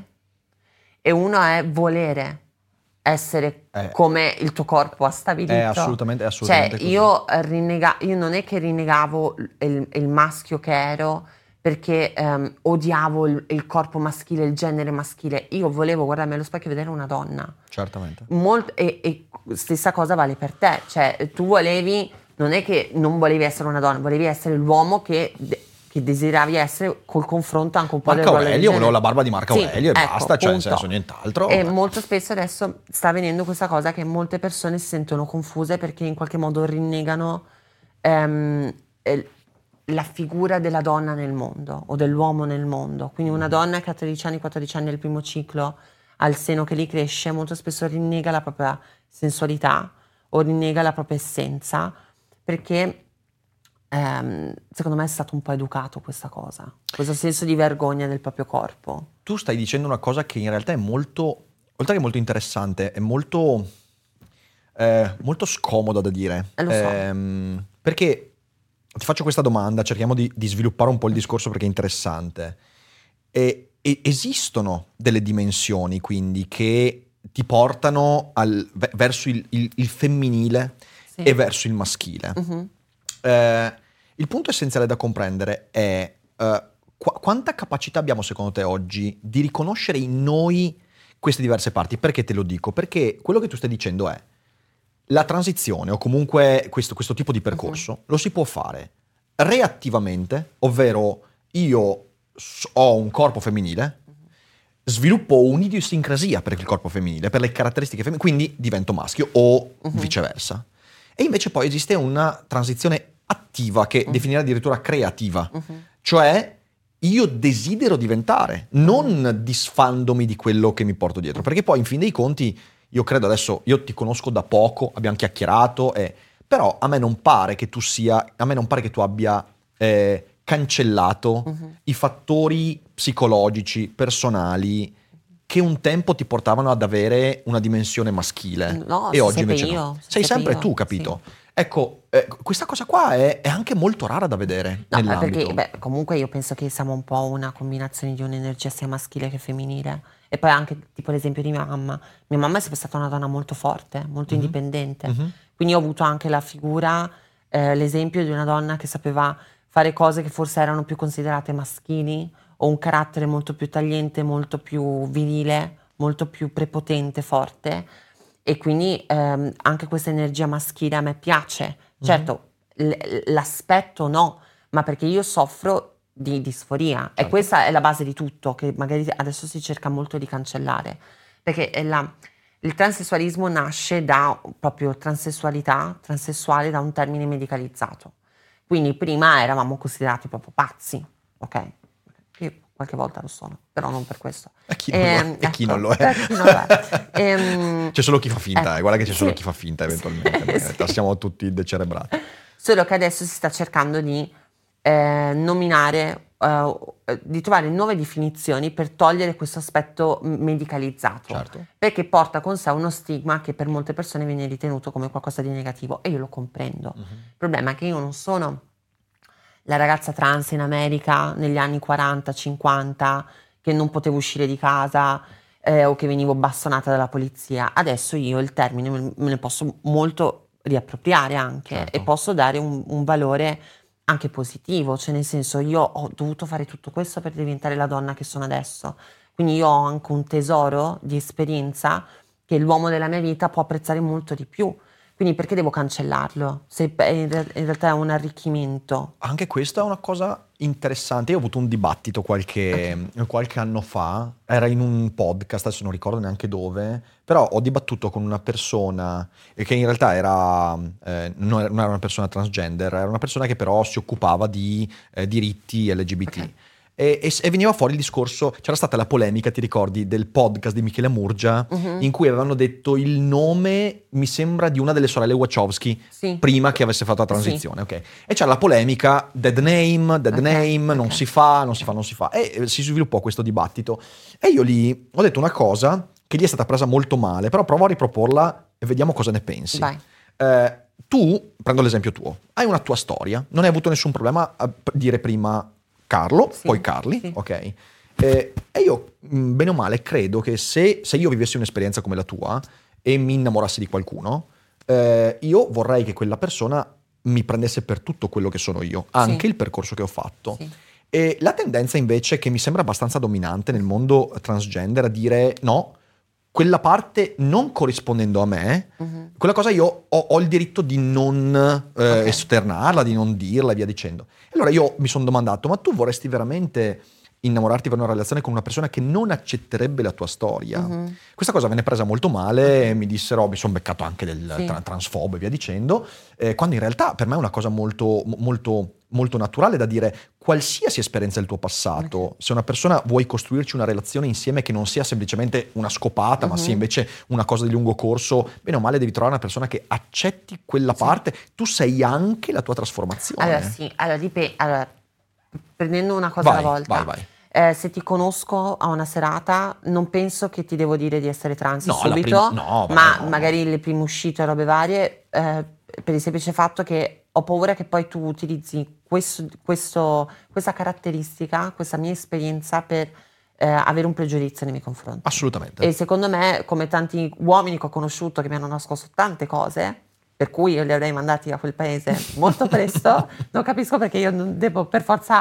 e uno è volere essere Eh. come il tuo corpo ha stabilito. È assolutamente- è assolutamente Cioè, così. io, eh, rinnega- io non è che rinnegavo il, il maschio che ero perché ehm, odiavo il, il corpo maschile, il genere maschile. Io volevo guardarmi allo specchio e vedere una donna. Certamente. Molt- e, e stessa cosa vale per te, cioè tu volevi, non è che non volevi essere una donna, volevi essere l'uomo che, de- che desideravi essere col confronto anche un po' Marco del ruolo del Aurelio, volevo genere. la barba di Marco Sì, Aurelio e ecco, basta, cioè nel punto. senso nient'altro. E molto spesso adesso sta avvenendo questa cosa che molte persone si sentono confuse perché in qualche modo rinnegano ehm, eh, la figura della donna nel mondo o dell'uomo nel mondo. Quindi una donna che a tredici anni, quattordici anni al primo ciclo ha il seno che gli cresce, molto spesso rinnega la propria sensualità o rinnega la propria essenza perché ehm, secondo me è stato un po' educato questa cosa, questo senso di vergogna del proprio corpo. Tu stai dicendo una cosa che in realtà è molto, oltre che molto interessante, è molto, eh, molto scomoda da dire. Eh, lo so. Ehm, perché ti faccio questa domanda, cerchiamo di, di sviluppare un po' il discorso perché è interessante. E, e esistono delle dimensioni quindi che ti portano al- ve- verso il, il- il femminile Sì. e verso il maschile. Mhm. Eh, il punto essenziale da comprendere è eh, Qu- quanta capacità abbiamo secondo te oggi di riconoscere in noi queste diverse parti? Perché te lo dico? Perché quello che tu stai dicendo è la transizione o comunque questo, questo tipo di percorso uh-huh. lo si può fare reattivamente, ovvero io ho un corpo femminile, uh-huh. sviluppo un'idiosincrasia per il corpo femminile, per le caratteristiche femminili, quindi divento maschio o uh-huh. viceversa. E invece poi esiste una transizione attiva che uh-huh. definirà addirittura creativa, uh-huh. cioè io desidero diventare, non disfandomi di quello che mi porto dietro, perché poi in fin dei conti io credo adesso, io ti conosco da poco, abbiamo chiacchierato, eh, però a me non pare che tu sia, a me non pare che tu abbia eh, cancellato uh-huh. i fattori psicologici, personali, che un tempo ti portavano ad avere una dimensione maschile. No, e oggi invece io, no. Sei sempre io, tu, capito? Sì. Ecco, eh, questa cosa qua è, è anche molto rara da vedere no, nell'ambito. Perché beh, comunque io penso che siamo un po' una combinazione di un'energia sia maschile che femminile. E poi anche tipo l'esempio di mia mamma. Mia mamma è sempre stata una donna molto forte, molto mm-hmm. indipendente. Mm-hmm. Quindi ho avuto anche la figura, eh, l'esempio di una donna che sapeva fare cose che forse erano più considerate maschili, o un carattere molto più tagliente, molto più virile, molto più prepotente, forte. E quindi ehm, anche questa energia maschile a me piace. Certo, mm-hmm. l- l'aspetto no, ma perché io soffro di disforia. Certo. E questa è la base di tutto, che magari adesso si cerca molto di cancellare. Perché è la, il transessualismo nasce da proprio transessualità, transessuale, da un termine medicalizzato. Quindi prima eravamo considerati proprio pazzi, ok? Io qualche volta lo sono, però non per questo. E chi non, ehm, lo, è. E chi ecco, non lo è? Chi non lo è. ehm, c'è solo chi fa finta, eh, eh. Guarda che c'è solo sì, chi fa finta eventualmente, sì. Siamo tutti decerebrati. Solo che adesso si sta cercando di eh, nominare, eh, di trovare nuove definizioni per togliere questo aspetto medicalizzato, certo. perché porta con sé uno stigma che per molte persone viene ritenuto come qualcosa di negativo, e io lo comprendo. Uh-huh. Il problema è che io non sono la ragazza trans in America negli anni quaranta cinquanta che non potevo uscire di casa eh, o che venivo bastonata dalla polizia. Adesso io il termine me ne posso molto riappropriare anche, certo. E posso dare un, un valore anche positivo, cioè nel senso io ho dovuto fare tutto questo per diventare la donna che sono adesso, quindi io ho anche un tesoro di esperienza che l'uomo della mia vita può apprezzare molto di più. Quindi perché devo cancellarlo? Se in realtà è un arricchimento. Anche questa è una cosa interessante. Io ho avuto un dibattito qualche, okay. qualche anno fa, era in un podcast, adesso non ricordo neanche dove, però ho dibattuto con una persona che in realtà era, eh, non era una persona transgender, era una persona che però si occupava di eh, diritti L G B T. Okay. E, e, e veniva fuori il discorso, c'era stata la polemica, ti ricordi, del podcast di Michele Murgia, uh-huh. in cui avevano detto il nome, mi sembra, di una delle sorelle Wachowski, sì. prima che avesse fatto la transizione, sì. ok? E c'era la polemica, dead name, dead okay. name, okay. non si fa, non si fa, non si fa. E, e si sviluppò questo dibattito. E io lì ho detto una cosa che gli è stata presa molto male, però provo a riproporla e vediamo cosa ne pensi. Vai. Eh, tu, prendo l'esempio tuo, hai una tua storia, non hai avuto nessun problema a dire prima Carlo, sì, poi Carli, sì. ok? Eh, e io, bene o male, credo che se, se io vivessi un'esperienza come la tua e mi innamorassi di qualcuno, eh, io vorrei che quella persona mi prendesse per tutto quello che sono io, anche sì. il percorso che ho fatto. Sì. E la tendenza invece, che mi sembra abbastanza dominante nel mondo transgender, a dire no, quella parte non corrispondendo a me, uh-huh. quella cosa io ho, ho il diritto di non eh, okay. esternarla, di non dirla e via dicendo. E allora io mi sono domandato, ma tu vorresti veramente innamorarti per una relazione con una persona che non accetterebbe la tua storia? Uh-huh. Questa cosa venne presa molto male, mi dissero, mi sono beccato anche del sì. tra- transfobo e via dicendo, eh, quando in realtà per me è una cosa molto, molto, molto naturale da dire, qualsiasi esperienza del tuo passato, okay. se una persona vuoi costruirci una relazione insieme che non sia semplicemente una scopata, uh-huh. ma sia invece una cosa di lungo corso, bene o male devi trovare una persona che accetti quella sì. parte, tu sei anche la tua trasformazione. Allora sì, allora dipende, allora, prendendo una cosa vai, alla volta. Vai, vai. Eh, se ti conosco a una serata, non penso che ti devo dire di essere trans no, subito, prima, no, ma no. magari le prime uscite e robe varie, eh, per il semplice fatto che ho paura che poi tu utilizzi questo, questo, questa caratteristica, questa mia esperienza per eh, avere un pregiudizio nei miei confronti. Assolutamente. E secondo me, come tanti uomini che ho conosciuto che mi hanno nascosto tante cose, per cui io li avrei mandati a quel paese molto presto, non capisco perché io non devo per forza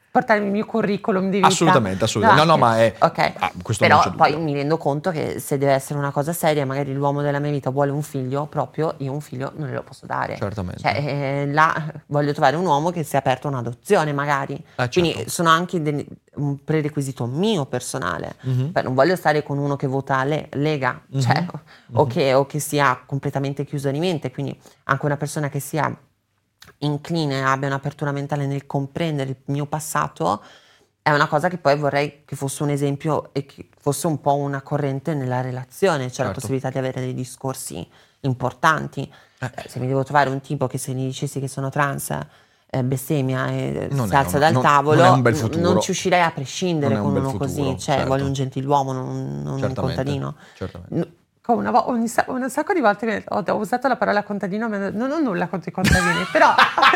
portare il mio curriculum di vita. Assolutamente, assolutamente. No, no, ma è... Ok, ah, questo non però c'è poi dubbio. mi rendo conto che se deve essere una cosa seria, magari l'uomo della mia vita vuole un figlio, proprio io un figlio non glielo posso dare. Certamente. Cioè, eh, là voglio trovare un uomo che sia aperto a un'adozione, magari. Eh, Quindi certo. sono anche dei- un prerequisito mio personale. Mhm. Beh, non voglio stare con uno che vota le- Lega, Mhm. cioè, o, Mhm. che, o che sia completamente chiuso di mente, quindi anche una persona che sia incline, abbia un'apertura mentale nel comprendere il mio passato, è una cosa che poi vorrei che fosse un esempio e che fosse un po' una corrente nella relazione, cioè la Certo. possibilità di avere dei discorsi importanti. Eh. Eh, se mi devo trovare un tipo che se gli dicessi che sono trans eh, bestemmia e Non si è alza una- dal non- tavolo, non è un bel n- futuro. non ci uscirei a prescindere Non è un con bel uno futuro, così, cioè certo. voglio un gentiluomo, non, non un Certamente, contadino. certamente. N- come una vo- un, sa- un sacco di volte mi- ho, ho usato la parola contadino, ma non ho nulla contro i contadini, però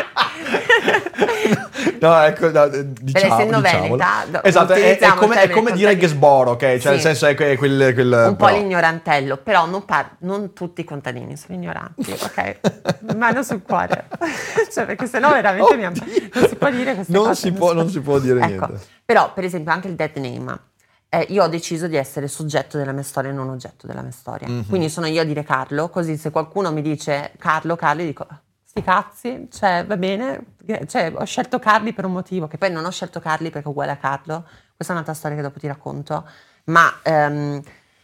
No, ecco, no, diciamo, essendo diciamolo. veneta, do- Esatto, è, è utilizziamo il come, è termine come dire contadino. Gesboro, ok? Cioè, Sì. nel senso è que- quel... quel un po' però- l'ignorantello, però non, par- non tutti i contadini sono ignoranti, ok? Mano sul cuore, cioè perché sennò veramente mi am- Oddio. non si può dire queste Non cose. si può- non si può dire Ecco, niente. però per esempio anche il dead name, eh, io ho deciso di essere soggetto della mia storia e non oggetto della mia storia, Mhm. quindi sono io a dire Carlo, così se qualcuno mi dice Carlo, Carli, dico sti cazzi, cioè va bene, cioè ho scelto Carli per un motivo, che poi non ho scelto Carli perché è uguale a Carlo, questa è un'altra storia che dopo ti racconto, ma ehm,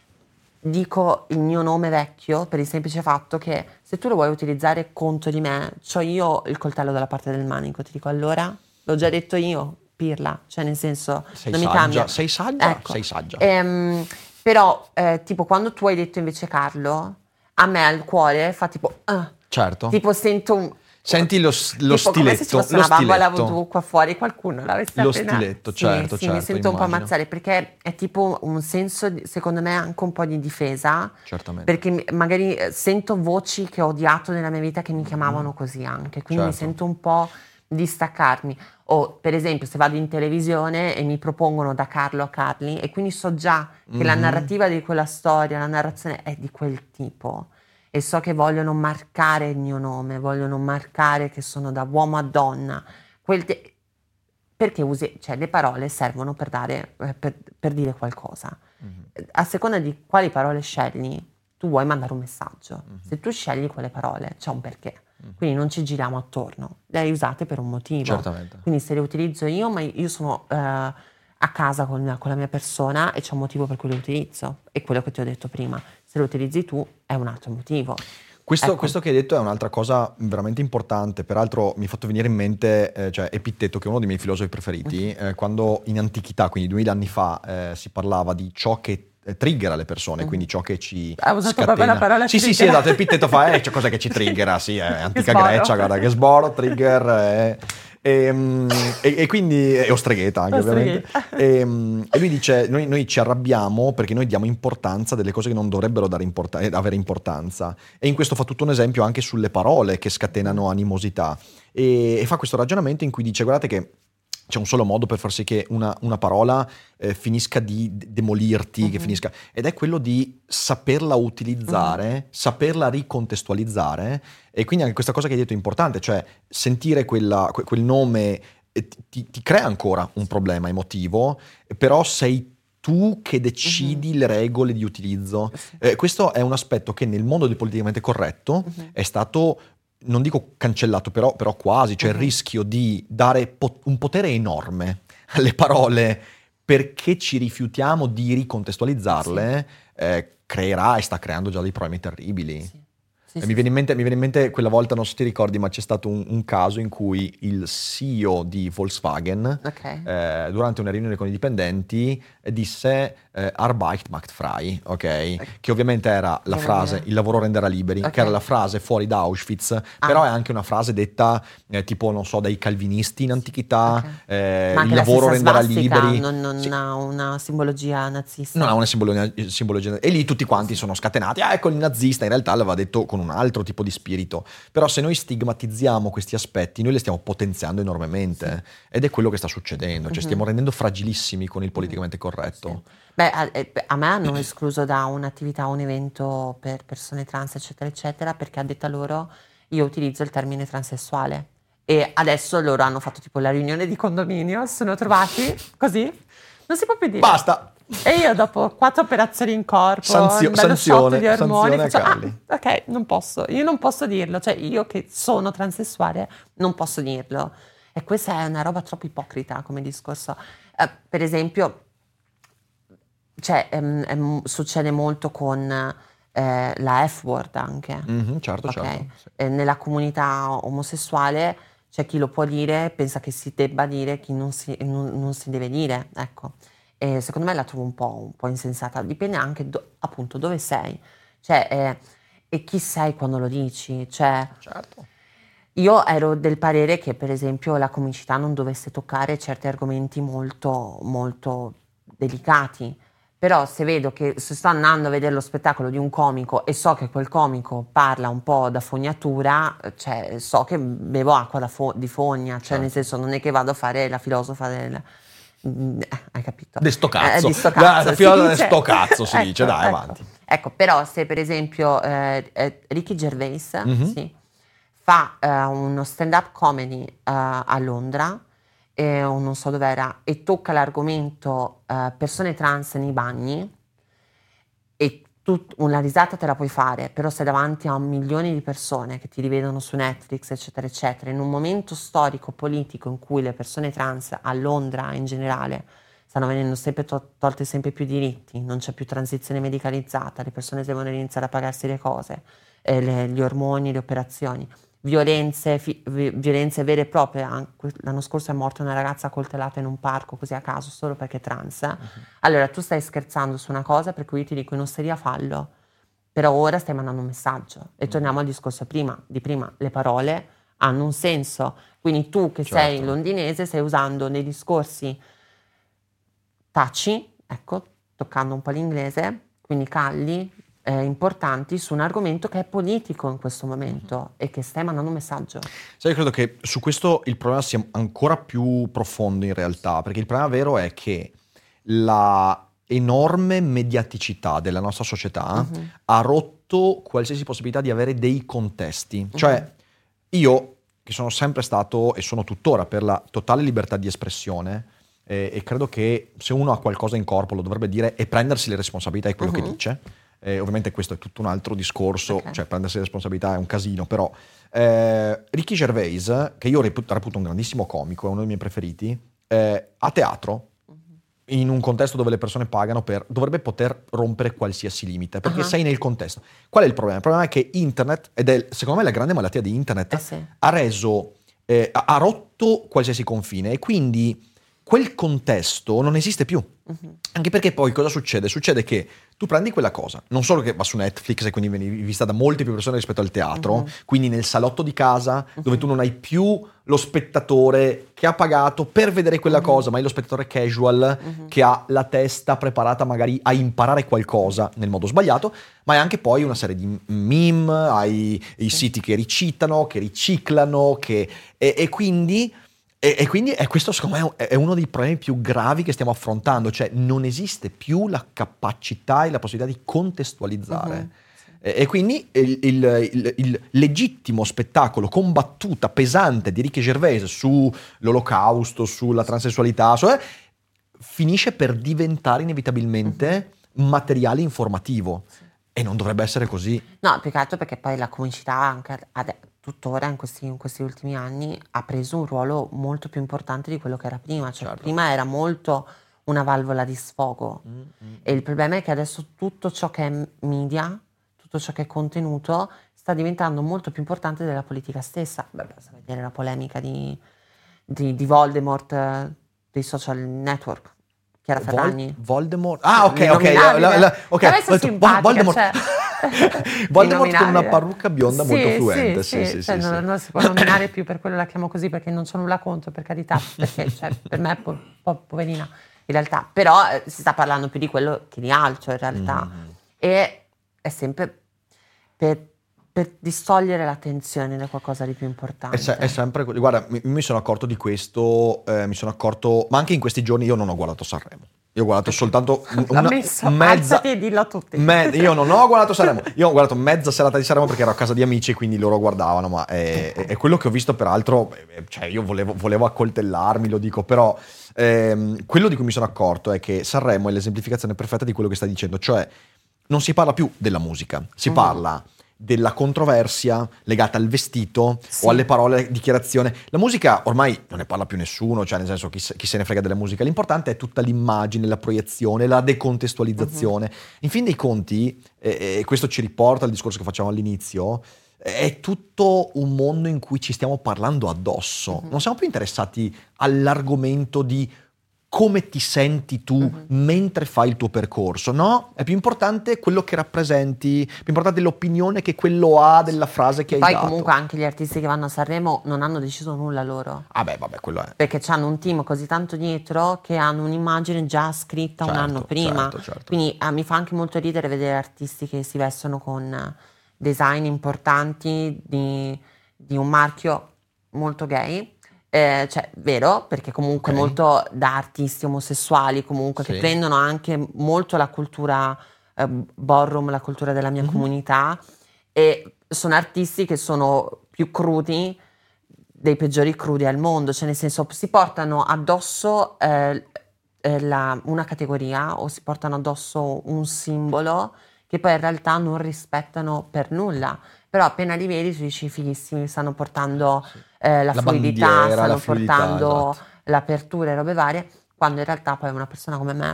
dico il mio nome vecchio per il semplice fatto che se tu lo vuoi utilizzare contro di me, c'ho io il coltello dalla parte del manico, ti dico allora, l'ho già detto io, pirla, cioè nel senso Sei non mi saggia, cambia. sei saggia, Ecco. sei saggia. Ehm, però eh, tipo quando tu hai detto invece Carlo, a me al cuore fa tipo, ah, Certo. tipo sento un... Senti lo, s- lo tipo come se ci stiletto, fosse lo una bambola stiletto. voodoo qua fuori, qualcuno l'avesse Lo appena... stiletto, Sì, certo, sì, certo, mi sento un po' immagino. ammazzare perché è tipo un senso, di- secondo me, anche un po' di difesa. Certamente. Perché mi- magari eh, sento voci che ho odiato nella mia vita che mi chiamavano così anche, quindi mi Certo. sento un po' di staccarmi. O per esempio se vado in televisione e mi propongono da Carlo a Carli e quindi so già che la Mhm. narrativa di quella storia, la narrazione è di quel tipo e so che vogliono marcare il mio nome, vogliono marcare che sono da uomo a donna. Quel te- perché usi, cioè le parole servono per dare, eh, per, per dire qualcosa. Mhm. A seconda di quali parole scegli, tu vuoi mandare un messaggio. Mhm. Se tu scegli quelle parole, c'è un perché. Quindi non ci giriamo attorno. Le hai usate per un motivo. Certamente. Quindi se le utilizzo io, ma io sono eh, a casa con, con la mia persona e c'è un motivo per cui le utilizzo. È quello che ti ho detto prima. Se lo utilizzi tu è un altro motivo. Questo, Ecco. questo che hai detto è un'altra cosa veramente importante, peraltro mi ha fatto venire in mente eh, cioè Epitteto, che è uno dei miei filosofi preferiti, eh, quando in antichità, quindi duemila anni fa, eh, si parlava di ciò che eh, triggera le persone, Mhm. quindi ciò che ci Ha usato scatena. proprio la parola Sì, sì, sì, trigger. esatto, Epitteto fa, eh, c'è cosa che ci triggera, sì, è antica sboro. Grecia, guarda, che sboro, trigger, eh, e, mm, e, e quindi, e Ostreghetta anche ovviamente. Ostreghetta. E, mm, e lui dice, noi, noi ci arrabbiamo perché noi diamo importanza a delle cose che non dovrebbero dare importa- eh, avere importanza. E in questo fa tutto un esempio anche sulle parole che scatenano animosità. E, e fa questo ragionamento in cui dice, guardate che c'è un solo modo per far sì che una, una parola eh, finisca di d- demolirti, che Mhm. finisca, ed è quello di saperla utilizzare, saperla ricontestualizzare, e quindi anche questa cosa che hai detto è importante, cioè sentire quella- que- quel nome eh, ti, ti- ti crea ancora un problema emotivo, però sei tu che decidi le regole di utilizzo. Sì. Eh, questo è un aspetto che nel mondo del politicamente corretto Mhm. è stato, non dico cancellato, però, però quasi, cioè Mhm. il rischio di dare po- un potere enorme alle parole perché ci rifiutiamo di ricontestualizzarle, eh, creerà e sta creando già dei problemi terribili. Sì. Sì, E sì, mi, viene in mente, mi viene in mente quella volta, non so se ti ricordi, ma c'è stato un, un caso in cui il C E O di Volkswagen, Ok. eh, durante una riunione con i dipendenti, eh, disse eh, Arbeit macht frei, ok? Che ovviamente era la Che frase vuol dire? il lavoro renderà liberi, Ok. che era la frase fuori da Auschwitz, Ah. però è anche una frase detta eh, tipo, non so, dai calvinisti in antichità, Ok. eh, Ma anche il la lavoro stessa renderà svastica liberi. non, non Sì. ha una simbologia nazista. Non ha una simbologia, simbologia- e lì tutti quanti sono scatenati, ah ecco il nazista, in realtà l'aveva detto con un altro tipo di spirito, però se noi stigmatizziamo questi aspetti noi li stiamo potenziando enormemente ed è quello che sta succedendo, cioè Mhm. stiamo rendendo fragilissimi con il politicamente corretto. Sì. Beh, a, eh, a me hanno escluso da un'attività, un evento per persone trans, eccetera, eccetera, perché a detta loro io utilizzo il termine transessuale E adesso loro hanno fatto tipo la riunione di condominio, si sono trovati così, non si può più dire. Basta! E io dopo quattro operazioni in corpo, Sanzio- un bello sanzione, shot di ormoni, sanzione a faccio, Calli. ah, ok, non posso, io non posso dirlo, cioè io che sono transessuale non posso dirlo. E questa è una roba troppo ipocrita come discorso. Eh, per esempio, cioè, ehm, ehm, succede molto con eh, la F-word anche. Mhm, certo, Ok? certo. Sì. Eh, nella comunità omosessuale c'è chi lo può dire, pensa che si debba dire, chi non si, non, non si deve dire, ecco. E secondo me la trovo un po', un po' insensata, dipende anche do- appunto dove sei, cioè, eh, e chi sei quando lo dici, cioè, Certo. io ero del parere che per esempio la comicità non dovesse toccare certi argomenti molto, molto delicati. Però se vedo che se sto andando a vedere lo spettacolo di un comico e so che quel comico parla un po' da fognatura, cioè so che bevo acqua da fo- di fogna, cioè Certo. nel senso non è che vado a fare la filosofa del... Mm, eh, hai capito? De sto cazzo. Eh, di sto La- cazzo, la si filosofa dice. de sto cazzo si dice, dai, ecco. avanti. Ecco, però se per esempio eh, eh, Ricky Gervais Mhm. sì, fa eh, uno stand-up comedy eh, a Londra, e, o non so dov'era, e tocca l'argomento eh, persone trans nei bagni, e tu una risata te la puoi fare, però sei davanti a milioni di persone che ti rivedono su Netflix, eccetera, eccetera, in un momento storico, politico in cui le persone trans a Londra in generale stanno venendo sempre to- tolte sempre più diritti, non c'è più transizione medicalizzata, le persone devono iniziare a pagarsi le cose, eh, le- gli ormoni, le operazioni, violenze, fi- vi- violenze vere e proprie. An- L'anno scorso è morta una ragazza coltellata in un parco così a caso solo perché è trans. eh. Allora tu stai scherzando su una cosa per cui io ti dico in osteria fallo, però ora stai mandando un messaggio. E torniamo al discorso prima, di prima, le parole hanno un senso. Quindi tu che sei Certo. londinese stai usando dei discorsi taci, ecco, toccando un po' l'inglese, quindi calli, eh, importanti su un argomento che è politico in questo momento e che stai mandando un messaggio. Sai, io credo che su questo il problema sia ancora più profondo in realtà, perché il problema vero è che la enorme mediaticità della nostra società Mhm. ha rotto qualsiasi possibilità di avere dei contesti. Cioè, io, che sono sempre stato e sono tuttora per la totale libertà di espressione, eh, e credo che se uno ha qualcosa in corpo lo dovrebbe dire e prendersi le responsabilità di quello Mhm. che dice. Eh, ovviamente questo è tutto un altro discorso, Ok. cioè prendersi le responsabilità è un casino, però eh, Ricky Gervais, che io reputo, reputo un grandissimo comico, è uno dei miei preferiti, eh, a teatro, in un contesto dove le persone pagano per, dovrebbe poter rompere qualsiasi limite, perché Ah. sei nel contesto. Qual è il problema? Il problema è che internet, ed è secondo me la grande malattia di internet, Eh sì. ha reso, eh, ha ha rotto qualsiasi confine e quindi quel contesto non esiste più. Mhm. Anche perché poi cosa succede? Succede che tu prendi quella cosa, non solo che va su Netflix e quindi viene vista da molte più persone rispetto al teatro, Mhm. quindi nel salotto di casa dove tu non hai più lo spettatore che ha pagato per vedere quella Mhm. cosa, ma hai lo spettatore casual Mhm. che ha la testa preparata magari a imparare qualcosa nel modo sbagliato, ma hai anche poi una serie di meme, hai i siti che ricitano, che riciclano, che, e, e quindi... E, e quindi è questo secondo me è- è uno dei problemi più gravi che stiamo affrontando, cioè non esiste più la capacità e la possibilità di contestualizzare. Mhm. E, e quindi il, il- il- il legittimo spettacolo con battuta pesante di Ricky Gervais sull'olocausto, sulla transessualità, su- eh, finisce per diventare inevitabilmente materiale informativo. E non dovrebbe essere così. No, più che altro perché poi la comicità anche ade- tuttora in questi, in questi ultimi anni ha preso un ruolo molto più importante di quello che era prima. Cioè, Certo. prima era molto una valvola di sfogo. E il problema è che adesso tutto ciò che è media, tutto ciò che è contenuto, sta diventando molto più importante della politica stessa. Beh, basta vedere la polemica di, di, di Voldemort, eh, dei social network. Chiara Vol- Ferragni. Voldemort. Ah, ok, ok. L'innominabile. la- la- ok. Deve essere Ho detto, simpatica, Voldemort, cioè. Voldemort con una Innominabile. parrucca bionda molto Sì, fluente. Sì, Sì, sì, sì, cioè, sì, non, sì. non si può nominare più, per quello la chiamo così, perché non c'ho nulla contro, per carità, perché cioè, per me è po- po- poverina in realtà, però eh, si sta parlando più di quello che di altro in realtà, Mm. e è sempre per, per distogliere l'attenzione da qualcosa di più importante. È, se- è sempre così. Guarda, mi, mi sono accorto di questo, eh, mi sono accorto, ma anche in questi giorni io non ho guardato Sanremo. Io ho guardato soltanto L'ha una messo, mezza alzati e dillo a tutti. me- io non ho guardato Sanremo, io ho guardato mezza serata di Sanremo perché ero a casa di amici e quindi loro guardavano, ma è, è- è quello che ho visto peraltro, eh, cioè io volevo, volevo accoltellarmi, lo dico, però ehm, quello di cui mi sono accorto è che Sanremo è l'esemplificazione perfetta di quello che stai dicendo, cioè non si parla più della musica, si Mhm. parla della controversia legata al vestito Sì. o alle parole dichiarazione. La musica ormai non ne parla più nessuno, cioè nel senso chi, se- chi se ne frega della musica. L'importante è tutta l'immagine, la proiezione, la decontestualizzazione. In fin dei conti, e e questo ci riporta al discorso che facciamo all'inizio, è tutto un mondo in cui ci stiamo parlando addosso. Mhm. Non siamo più interessati all'argomento di come ti senti tu Mhm. mentre fai il tuo percorso, no? È più importante quello che rappresenti, più importante l'opinione che quello ha della frase che hai Poi dato. comunque anche gli artisti che vanno a Sanremo non hanno deciso nulla loro. Ah beh, vabbè, quello è. Perché hanno un team così tanto dietro che hanno un'immagine già scritta un Certo, anno prima. certo, certo. Quindi ah, mi fa anche molto ridere vedere artisti che si vestono con eh, design importanti di, di un marchio molto gay. Eh, cioè, vero, perché comunque Ok. molto da artisti omosessuali comunque Sì. che prendono anche molto la cultura eh, ballroom, la cultura della mia Mhm. comunità, e sono artisti che sono più crudi dei peggiori crudi al mondo, cioè nel senso si portano addosso eh, eh, la- una categoria o si portano addosso un simbolo che poi in realtà non rispettano per nulla, però appena li vedi tu dici fighissimi, stanno portando eh, la, La fluidità, bandiera, stanno la fluidità, portando esatto. l'apertura e robe varie, quando in realtà poi una persona come me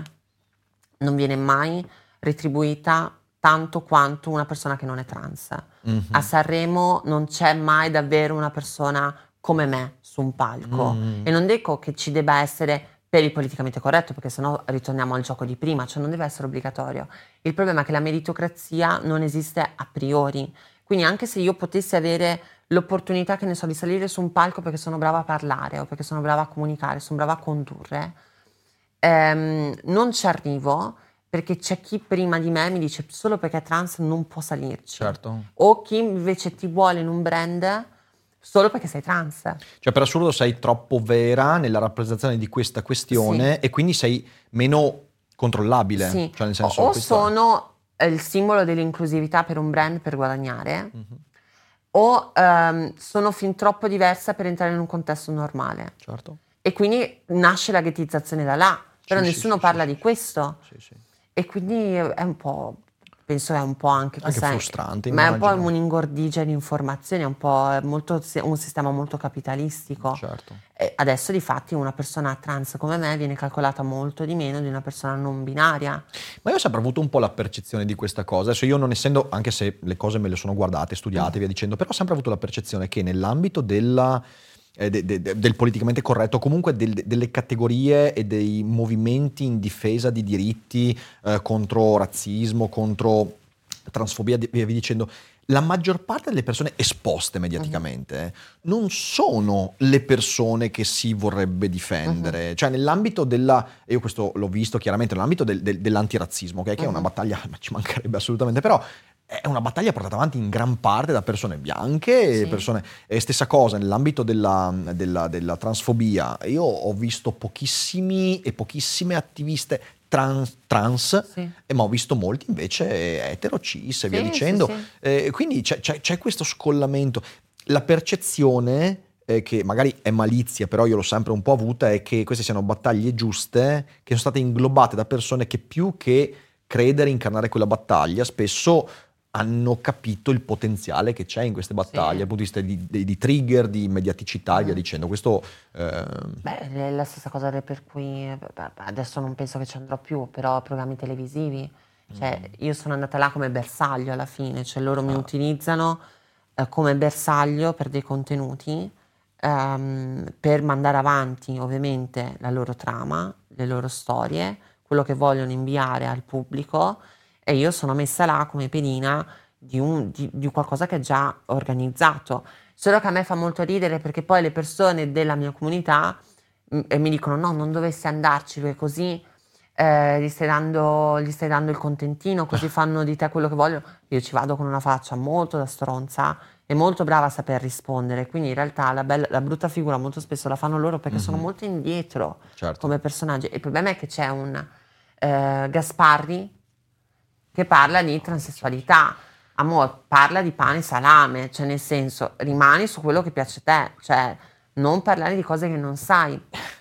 non viene mai retribuita tanto quanto una persona che non è trans. Mhm. A Sanremo non c'è mai davvero una persona come me su un palco. Mm. E non dico che ci debba essere per il politicamente corretto, perché sennò ritorniamo al gioco di prima, cioè non deve essere obbligatorio. Il problema è che la meritocrazia non esiste a priori. Quindi anche se io potessi avere l'opportunità, che ne so, di salire su un palco perché sono brava a parlare o perché sono brava a comunicare, sono brava a condurre, ehm, non ci arrivo perché c'è chi prima di me mi dice solo perché è trans non può salirci. Certo. O chi invece ti vuole in un brand solo perché sei trans. Cioè per assurdo sei troppo vera nella rappresentazione di questa questione e quindi sei meno controllabile. Sì. Cioè nel senso, o o questo è. sono eh, il simbolo dell'inclusività per un brand per guadagnare, Mhm. o ehm, sono fin troppo diversa per entrare in un contesto normale. Certo. E quindi nasce la ghettizzazione da là. Però Sì, sì, nessuno sì, parla sì, di sì. questo. Sì, sì. E quindi è un po', penso è un po' anche Anche questa, frustrante, ma è un po' immagino. un'ingordigia di informazioni, è un po' è molto, un sistema molto capitalistico. Certo. E adesso di fatti una persona trans come me viene calcolata molto di meno di una persona non binaria. Ma io ho sempre avuto un po' la percezione di questa cosa. Adesso io non essendo, anche se le cose me le sono guardate, studiate e via dicendo, però ho sempre avuto la percezione che nell'ambito della, eh, de- de- de- del politicamente corretto, comunque del- delle categorie e dei movimenti in difesa di diritti eh, contro razzismo, contro transfobia e via via dicendo, la maggior parte delle persone esposte mediaticamente eh, non sono le persone che si vorrebbe difendere. Cioè nell'ambito della, e io questo l'ho visto chiaramente, nell'ambito del, del- dell'antirazzismo, okay, che è una Mhm. battaglia, ma ci mancherebbe assolutamente, però è una battaglia portata avanti in gran parte da persone bianche, Sì. persone, e stessa cosa nell'ambito della, della- della transfobia. Io ho visto pochissimi e pochissime attiviste trans, trans Sì. e ma ho visto molti invece etero, cis e via Sì, dicendo. sì, sì. Eh, quindi c'è, c'è- c'è questo scollamento. La percezione, eh, che magari è malizia, però io l'ho sempre un po' avuta, è che queste siano battaglie giuste, che sono state inglobate da persone che più che credere, incarnare quella battaglia, spesso hanno capito il potenziale che c'è in queste battaglie, Sì. dal punto di vista di, di- di trigger, di mediaticità e via Mm. dicendo. Questo eh, Beh, è la stessa cosa per cui beh, adesso non penso che ci andrò più, però programmi televisivi. Cioè, io sono andata là come bersaglio alla fine, cioè loro mi Ah. utilizzano eh, come bersaglio per dei contenuti, ehm, per mandare avanti ovviamente la loro trama, le loro storie, quello che vogliono inviare al pubblico, e io sono messa là come pedina di, un, di, di qualcosa che è già organizzato. Solo che a me fa molto ridere perché poi le persone della mia comunità mm, e mi dicono no, non dovresti andarci perché così eh, gli, stai dando, gli stai dando il contentino, così fanno di te quello che vogliono. Io ci vado con una faccia molto da stronza e molto brava a saper rispondere, quindi in realtà la, bella, la brutta figura molto spesso la fanno loro perché sono Mhm. molto indietro certo. come personaggi. Il problema è che c'è un, eh, Gasparri che parla di transessualità. Amore, parla di pane e salame, cioè nel senso, rimani su quello che piace a te, cioè non parlare di cose che non sai.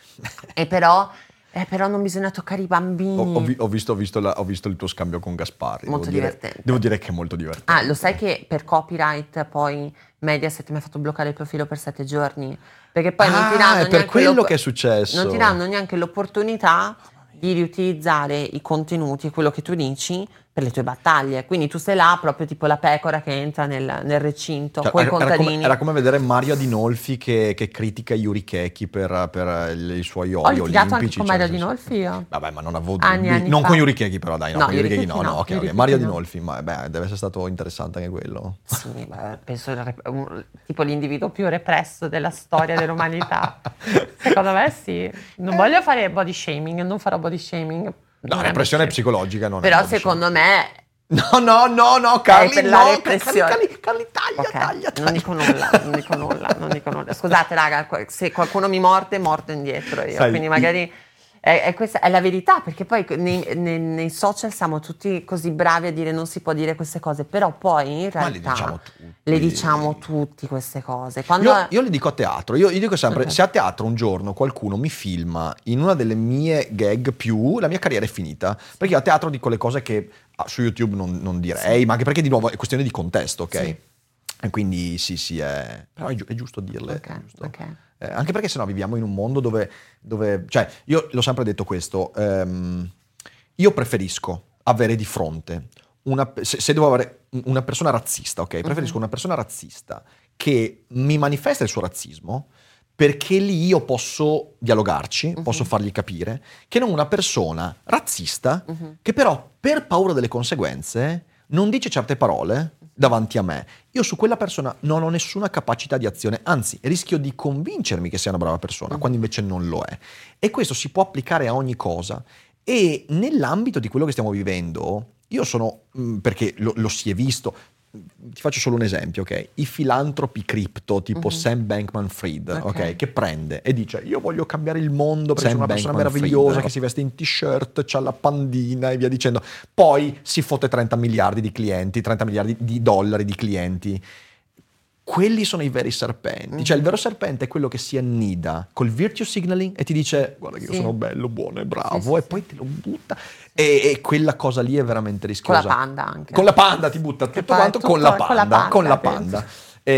E però, eh, però non bisogna toccare i bambini. Ho, ho vi- ho visto, ho, visto la- ho visto il tuo scambio con Gasparri. Molto devo dire- divertente. devo dire che è molto divertente. Ah, lo sai che per copyright poi Mediaset mi ha fatto bloccare il profilo per sette giorni? Perché poi non Ah, ti danno è per neanche quello l'opp- che è successo. Non ti danno neanche l'opportunità di riutilizzare i contenuti e quello che tu dici per le tue battaglie. Quindi tu sei là proprio tipo la pecora che entra nel, nel recinto Cioè, con i era, era contadini. come, era come vedere Mario Adinolfi che, che critica Yuri Keki per, per i suoi Ho oi litigato anche olimpici. con cioè, Mario nel senso- Adinolfi io. Vabbè, ma non avevo Anni, dubbi. anni Non fa. con Yuri Keki però, dai, no, No, con Yuri Yuri Keki no, Keki no, no, ok, Yuri ok. Mario Keki no. Adinolfi, ma beh, deve essere stato interessante anche quello. Sì, beh, penso il rep- un- tipo l'individuo più represso della storia dell'umanità. Secondo me sì. Non voglio fare body shaming, non farò body shaming. No, Non è repressione body psicologica non è Però body secondo me shaming. No, no, no, no, Carli, per no, la Carli, repressione. Carli, Carli, taglia, Ok, taglia, taglia. non dico nulla, non dico nulla, non dico nulla. Scusate raga, qua- se qualcuno mi morde, mordo indietro io. Sai, Quindi magari è, è questa è la verità, perché poi nei, nei- nei social siamo tutti così bravi a dire non si può dire queste cose, però poi in Ma le realtà diciamo tutti. le diciamo tutti queste cose. Quando Io, io le dico a teatro, io, io dico sempre, Ok. se a teatro un giorno qualcuno mi filma in una delle mie gag più, la mia carriera è finita, perché io a teatro dico le cose che ah, su YouTube non, non direi, ma anche perché di nuovo è questione di contesto, ok? Sì. E quindi sì, sì, è, però è, giu- è giusto dirle. Ok, è giusto. ok. Eh, anche perché sennò viviamo in un mondo dove, dove cioè, io l'ho sempre detto questo, ehm, io preferisco avere di fronte una, se, se devo avere una persona razzista, ok? Preferisco Mhm. una persona razzista che mi manifesta il suo razzismo perché lì io posso dialogarci, Mhm. posso fargli capire, che non una persona razzista Mhm. che però per paura delle conseguenze non dice certe parole davanti a me. Io su quella persona non ho nessuna capacità di azione, anzi rischio di convincermi che sia una brava persona, Mhm. quando invece non lo è. E questo si può applicare a ogni cosa. E nell'ambito di quello che stiamo vivendo, io sono, mh, perché lo, lo si è visto, ti faccio solo un esempio, ok? I filantropi cripto tipo Mhm. Sam Bankman-Fried, ok? Ok. Che prende e dice io voglio cambiare il mondo perché Sam sono una persona Bankman-Fried, meravigliosa eh. che si veste in t-shirt, c'ha la pandina e via dicendo. Poi si fotte trenta miliardi di clienti, trenta miliardi di dollari di clienti. Quelli sono i veri serpenti. Mhm. Cioè il vero serpente è quello che si annida col virtue signaling e ti dice guarda che io Sì. sono bello, buono e bravo, Sì, sì, e sì. poi te lo butta. E, e quella cosa lì è veramente Con rischiosa. la panda anche. Con la panda ti butta Che tutto fa quanto tutto con la con la panda. panda, Con la penso. panda.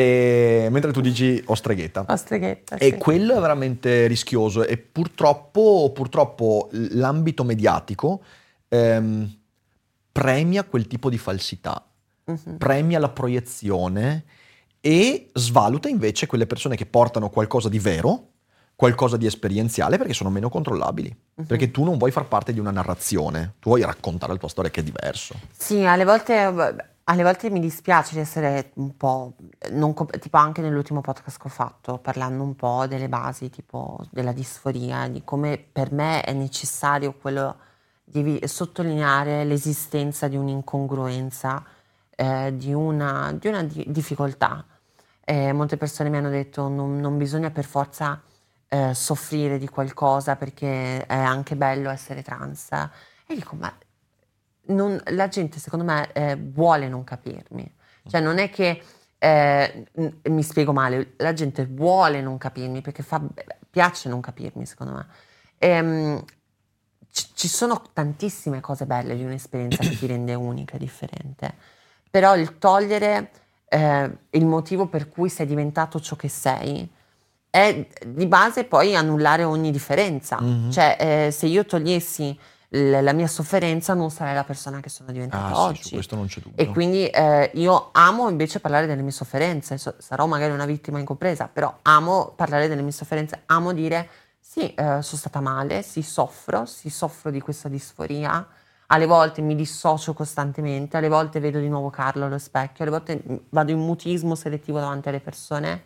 E, mentre tu dici o streghetta. La streghetta, E sì. quello è veramente rischioso e purtroppo, purtroppo l'ambito mediatico ehm, premia quel tipo di falsità, Mhm. premia la proiezione e svaluta invece quelle persone che portano qualcosa di vero, qualcosa di esperienziale perché sono meno controllabili. Mhm. Perché tu non vuoi far parte di una narrazione, tu vuoi raccontare la tua storia che è diverso. Sì, alle volte, alle volte mi dispiace di essere un po', non co- tipo anche nell'ultimo podcast che ho fatto, parlando un po' delle basi, tipo della disforia, di come per me è necessario quello di vi- sottolineare l'esistenza di un'incongruenza, eh, di una, di una di- difficoltà. Eh, molte persone mi hanno detto non, non bisogna per forza eh, soffrire di qualcosa perché è anche bello essere trans. E dico, ma non- la gente secondo me eh, vuole non capirmi, cioè non è che eh, n- mi spiego male, la gente vuole non capirmi perché fa, piace non capirmi secondo me. Ehm, ci, ci sono tantissime cose belle di un'esperienza che ti rende unica e differente, però il togliere eh, il motivo per cui sei diventato ciò che sei è di base poi annullare ogni differenza. Mhm. Cioè, eh, se io togliessi l- la mia sofferenza, non sarei la persona che sono diventata Ah sì, oggi. su questo non c'è dubbio. E quindi eh, io amo invece parlare delle mie sofferenze. So- sarò magari una vittima incompresa, però amo parlare delle mie sofferenze, amo dire sì, eh, sono stata male, sì, soffro, sì, soffro di questa disforia. Alle volte mi dissocio costantemente, alle volte vedo di nuovo Carlo allo specchio, alle volte mm, vado in mutismo selettivo davanti alle persone.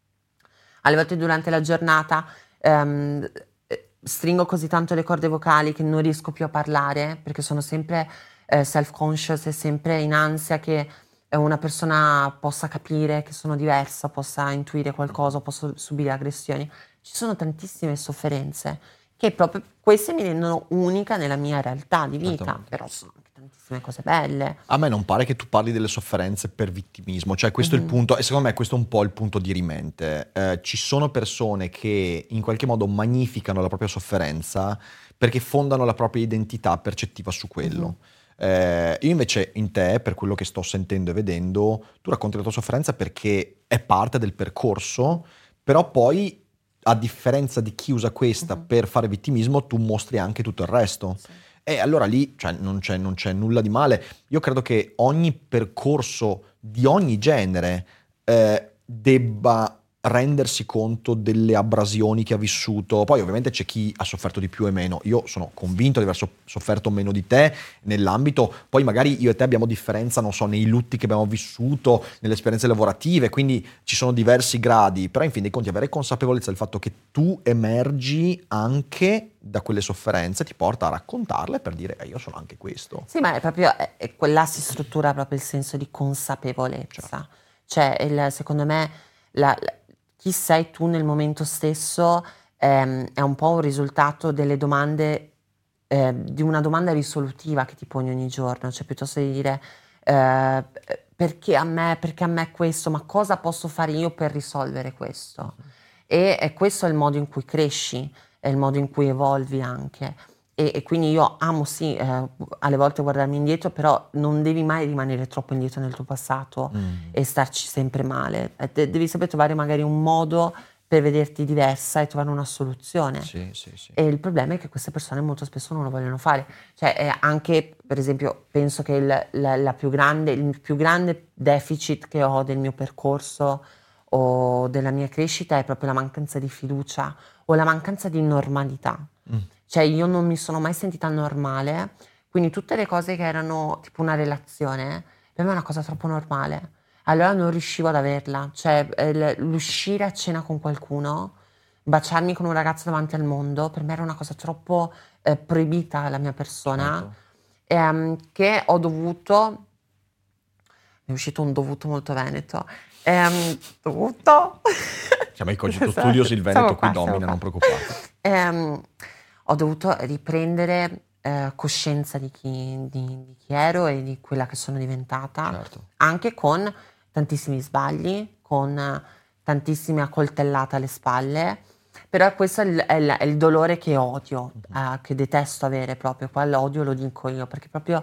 Alle volte durante la giornata ehm, eh, stringo così tanto le corde vocali che non riesco più a parlare perché sono sempre eh, self-conscious e sempre in ansia che eh, una persona possa capire che sono diversa, possa intuire qualcosa, possa subire aggressioni. Ci sono tantissime sofferenze che proprio queste mi rendono unica nella mia realtà di vita, Esattamente. però sono anche tantissime cose belle. A me non pare che tu parli delle sofferenze per vittimismo, cioè questo Mhm. è il punto, e secondo me questo è un po' il punto di rimente. Eh, ci sono persone che in qualche modo magnificano la propria sofferenza perché fondano la propria identità percettiva su quello. Eh, io invece in te, per quello che sto sentendo e vedendo, tu racconti la tua sofferenza perché è parte del percorso, però poi a differenza di chi usa questa Mhm. per fare vittimismo, tu mostri anche tutto il resto. Sì. E allora lì, cioè, non c'è, non c'è nulla di male. Io credo che ogni percorso di ogni genere eh, debba rendersi conto delle abrasioni che ha vissuto. Poi ovviamente c'è chi ha sofferto di più e meno. Io sono convinto di aver so- sofferto meno di te nell'ambito. Poi magari io e te abbiamo differenza, non so, nei lutti che abbiamo vissuto, nelle esperienze lavorative, quindi ci sono diversi gradi. Però in fin dei conti avere consapevolezza del fatto che tu emergi anche da quelle sofferenze ti porta a raccontarle per dire eh, io sono anche questo. Sì, ma è proprio è, è quella si struttura proprio il senso di consapevolezza. Certo. Cioè, il- secondo me, la- la- chi sei tu nel momento stesso ehm, è un po' un risultato delle domande, eh, di una domanda risolutiva che ti poni ogni giorno, cioè piuttosto di dire eh, perché a me, perché a me questo, ma cosa posso fare io per risolvere questo? E, e questo è il modo in cui cresci, è il modo in cui evolvi anche. E, e quindi io amo sì, eh, alle volte guardarmi indietro, però non devi mai rimanere troppo indietro nel tuo passato Mm. e starci sempre male. Eh, de- devi sempre trovare magari un modo per vederti diversa e trovare una soluzione. Sì, sì, sì. E il problema è che queste persone molto spesso non lo vogliono fare. Cioè, eh, anche, per esempio, penso che il, la, la più grande, il più grande deficit che ho del mio percorso o della mia crescita è proprio la mancanza di fiducia o la mancanza di normalità. Mm. Cioè, io non mi sono mai sentita normale, quindi tutte le cose che erano tipo una relazione, per me è una cosa troppo normale. Allora non riuscivo ad averla. Cioè, eh, l- l'uscire a cena con qualcuno, baciarmi con un ragazzo davanti al mondo, per me era una cosa troppo eh, proibita alla mia persona, Certo. ehm, che ho dovuto, mi è uscito un dovuto molto veneto, ehm, dovuto... Chiama il Cogito Studios, il Veneto Siamo qui qua, siamo domina, qua. non preoccupate. Ehm, ho dovuto riprendere eh, coscienza di chi, di- di chi ero e di quella che sono diventata, Certo. anche con tantissimi sbagli, con eh, tantissime accoltellate alle spalle, però questo è il, è il- è il dolore che odio, eh, che detesto avere proprio, qua l'odio lo dico io, perché proprio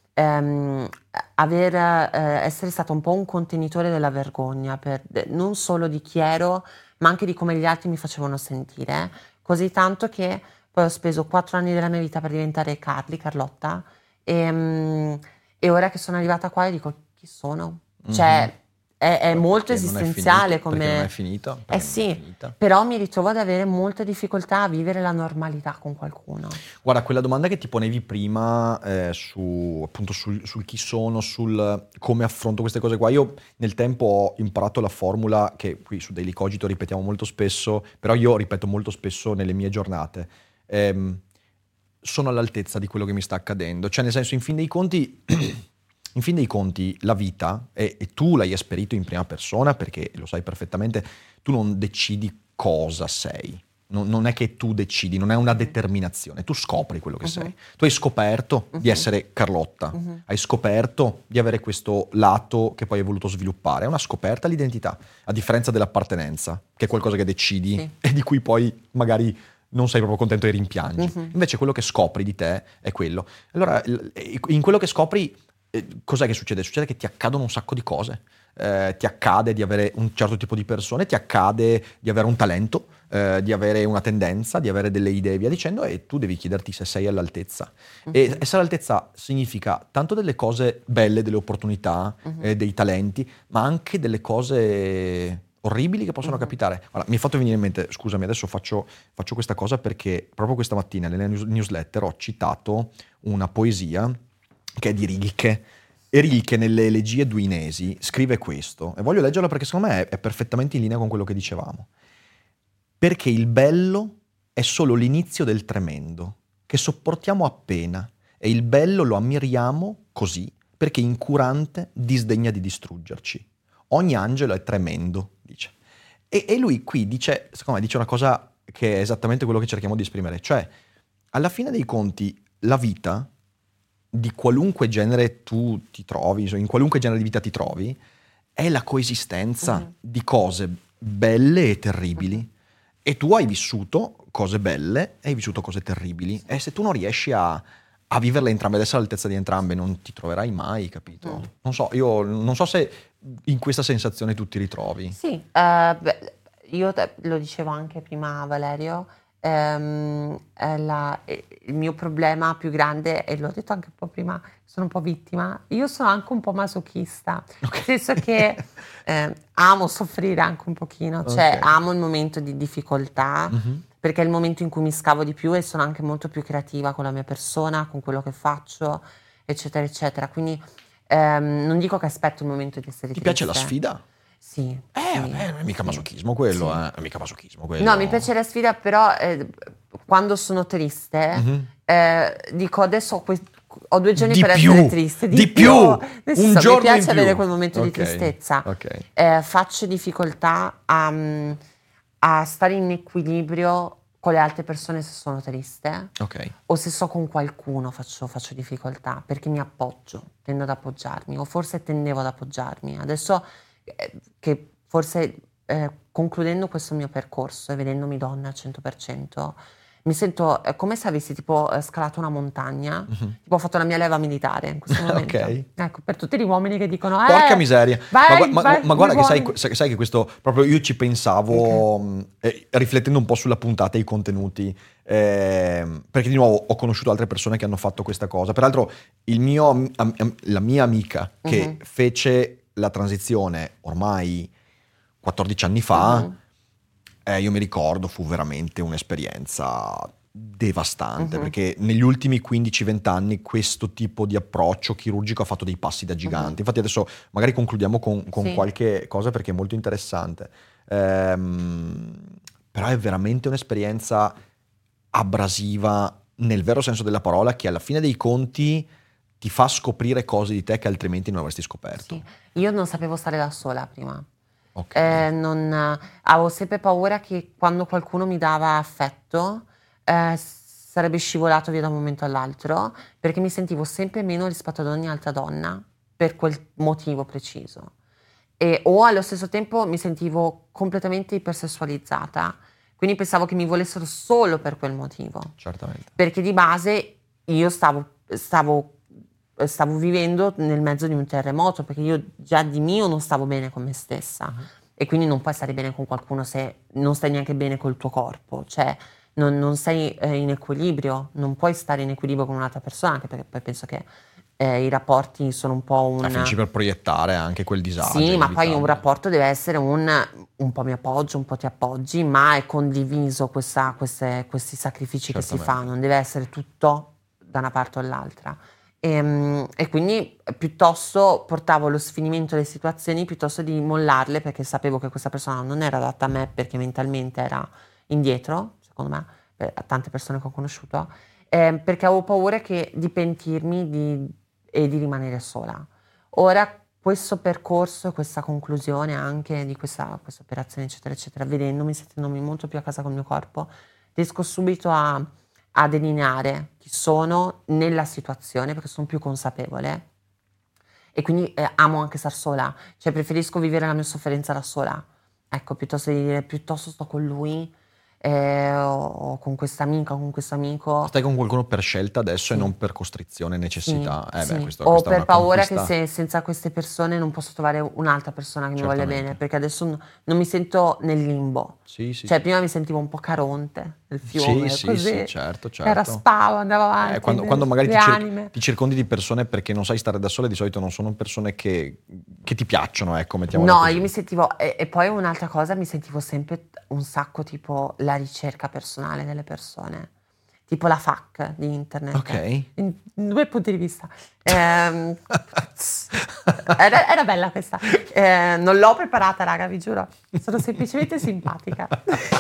ehm, aver, eh, essere stata un po' un contenitore della vergogna, per, de- non solo di chi ero, ma anche di come gli altri mi facevano sentire, così tanto che poi ho speso quattro anni della mia vita per diventare Carly, Carlotta, e, mm, e ora che sono arrivata qua dico chi sono? Cioè, è, è molto Perché non è esistenziale finito, perché non come... è finita, perché Eh non è sì, finita. però mi ritrovo ad avere molte difficoltà a vivere la normalità con qualcuno. Guarda, quella domanda che ti ponevi prima eh, su, appunto sul, sul chi sono, sul come affronto queste cose qua, io nel tempo ho imparato la formula che qui su Daily Cogito ripetiamo molto spesso, però io ripeto molto spesso nelle mie giornate. Ehm, sono all'altezza di quello che mi sta accadendo, cioè nel senso, in fin dei conti... In fin dei conti, la vita, e, e tu l'hai esperito in prima persona perché lo sai perfettamente, tu non decidi cosa sei. Non, non è che tu decidi, non è una determinazione, tu scopri quello che Mhm. sei. Tu hai scoperto di Mhm. essere Carlotta, Mhm. hai scoperto di avere questo lato che poi hai voluto sviluppare. È una scoperta l'identità, a differenza dell'appartenenza, che è qualcosa che decidi Sì. e di cui poi magari non sei proprio contento e rimpiangi. Mhm. Invece quello che scopri di te è quello. Allora, l- in quello che scopri, eh, cos'è che succede? Succede che ti accadono un sacco di cose. Eh, ti accade di avere un certo tipo di persone, ti accade di avere un talento, eh, di avere una tendenza, di avere delle idee e via dicendo, e tu devi chiederti se sei all'altezza. E Mhm. essere all'altezza significa tanto delle cose belle, delle opportunità, Mhm. eh, dei talenti, ma anche delle cose orribili che possono Mhm. capitare. Guarda, mi è fatto venire in mente, scusami, adesso faccio, faccio questa cosa perché proprio questa mattina nella news- newsletter ho citato una poesia che è di Rilke. E Rilke nelle Elegie Duinesi scrive questo, e voglio leggerlo perché secondo me è, è perfettamente in linea con quello che dicevamo. Perché il bello è solo l'inizio del tremendo, che sopportiamo appena, e il bello lo ammiriamo così, perché incurante disdegna di distruggerci. Ogni angelo è tremendo, dice. E, e lui qui dice, secondo me, dice una cosa che che è esattamente quello che cerchiamo di esprimere. Cioè, alla fine dei conti, la vita, di qualunque genere tu ti trovi, insomma, in qualunque genere di vita ti trovi, è la coesistenza Mhm. di cose belle e terribili. Mhm. E tu hai vissuto cose belle e hai vissuto cose terribili. E se tu non riesci a, a viverle entrambe, ad essere all'altezza di entrambe, non ti troverai mai, capito? Mm. Non so, io non so se in questa sensazione tu ti ritrovi. Sì, eh, beh, io te- lo dicevo anche prima a Valerio, ehm, è la- eh, il mio problema più grande, e l'ho detto anche un po' prima, sono un po' vittima, io sono anche un po' masochista, nel senso che eh, amo soffrire anche un pochino, cioè Ok. amo il momento di difficoltà, Mhm. perché è il momento in cui mi scavo di più e sono anche molto più creativa con la mia persona, con quello che faccio, eccetera, eccetera. Quindi ehm, non dico che aspetto il momento di essere Ti triste. piace la sfida? Sì. Eh, sì, vabbè, non è mica sì, masochismo quello, sì. eh. È mica masochismo quello. No, mi piace la sfida, però eh, quando sono triste, Mhm. eh, dico adesso ho, que- ho due giorni Di per più, essere triste. di più, Nel un senso, giorno mi piace in più. avere quel momento di Ok, tristezza. ok. Eh, faccio difficoltà a, mm, a stare in equilibrio con le altre persone se sono triste. Ok. O se sto con qualcuno faccio, faccio difficoltà perché mi appoggio, tendo ad appoggiarmi, o forse tendevo ad appoggiarmi. Adesso eh, che forse eh, concludendo questo mio percorso e vedendomi donna al cento per cento, mi sento eh, come se avessi tipo eh, scalato una montagna, Mhm. tipo ho fatto la mia leva militare in questo momento. Ok. Ecco, per tutti gli uomini che dicono Porca eh, miseria. vai, ma, gua- ma- vai, ma guarda che sai, uomini. sai- sai che questo proprio io ci pensavo mh, eh, riflettendo un po' sulla puntata e i contenuti, ehm, perché di nuovo ho conosciuto altre persone che hanno fatto questa cosa. Peraltro il mio, am- am- la mia amica che Mhm. fece la transizione ormai quattordici anni fa, Mhm. eh, io mi ricordo, fu veramente un'esperienza devastante, Mhm. perché negli ultimi quindici venti anni questo tipo di approccio chirurgico ha fatto dei passi da gigante. Mhm. Infatti adesso magari concludiamo con, con Sì. qualche cosa perché è molto interessante. Ehm, però è veramente un'esperienza abrasiva nel vero senso della parola, che alla fine dei conti ti fa scoprire cose di te che altrimenti non avresti scoperto. Sì. Io non sapevo stare da sola prima. Ok. Eh, non, eh, avevo sempre paura che quando qualcuno mi dava affetto eh, sarebbe scivolato via da un momento all'altro, perché mi sentivo sempre meno rispetto ad ogni altra donna per quel motivo preciso. E, o allo stesso tempo mi sentivo completamente ipersessualizzata, quindi pensavo che mi volessero solo per quel motivo, Certamente. perché di base io stavo, stavo, stavo vivendo nel mezzo di un terremoto, perché io già di mio non stavo bene con me stessa. Mhm. E quindi non puoi stare bene con qualcuno se non stai neanche bene col tuo corpo, cioè non, non sei eh, in equilibrio, non puoi stare in equilibrio con un'altra persona, anche perché poi penso che eh, i rapporti sono un po' un... Ah, finisci per proiettare anche quel disagio. Sì, ma poi inevitabile. un rapporto deve essere un, un po' mi appoggio, un po' ti appoggi, ma è condiviso questa- queste- questi sacrifici che si Certamente. fanno, non deve essere tutto da una parte o l'altra. E, e quindi piuttosto portavo lo sfinimento delle situazioni piuttosto di mollarle, perché sapevo che questa persona non era adatta a me, perché mentalmente era indietro, secondo me, per a tante persone che ho conosciuto, eh, perché avevo paura che, di pentirmi di- e di rimanere sola. Ora questo percorso e questa conclusione anche di questa, questa operazione, eccetera, eccetera, vedendomi, sentendomi molto più a casa col mio corpo, riesco subito a, a delineare chi sono nella situazione, perché sono più consapevole. E quindi eh, amo anche star sola, cioè preferisco vivere la mia sofferenza da sola, ecco, piuttosto di dire piuttosto sto con lui eh, o, o con questa amica o con questo amico. Stai con qualcuno per scelta adesso Sì. e non per costrizione, necessità. Sì, eh beh, sì. questo, o questa è per una paura che conquista. se senza queste persone non posso trovare un'altra persona che mi voglia Certamente. bene, perché adesso n- non mi sento nel limbo. Sì, sì, Cioè sì. prima mi sentivo un po' Caronte nel fiume, Sì, sì, così, sì, certo, certo. raspavo, andavo avanti, Eh, quando, le- quando magari le ti, cer- anime. ti circondi di persone perché non sai stare da sole, di solito non sono persone che, che ti piacciono, ecco, mettiamola No, così. io mi sentivo, e, e poi un'altra cosa, mi sentivo sempre un sacco tipo la ricerca personale delle persone, tipo la F A Q di internet. Ok. In, in due punti di vista. Ehm, era, era bella questa. Eh, non l'ho preparata, raga, vi giuro. Sono semplicemente simpatica.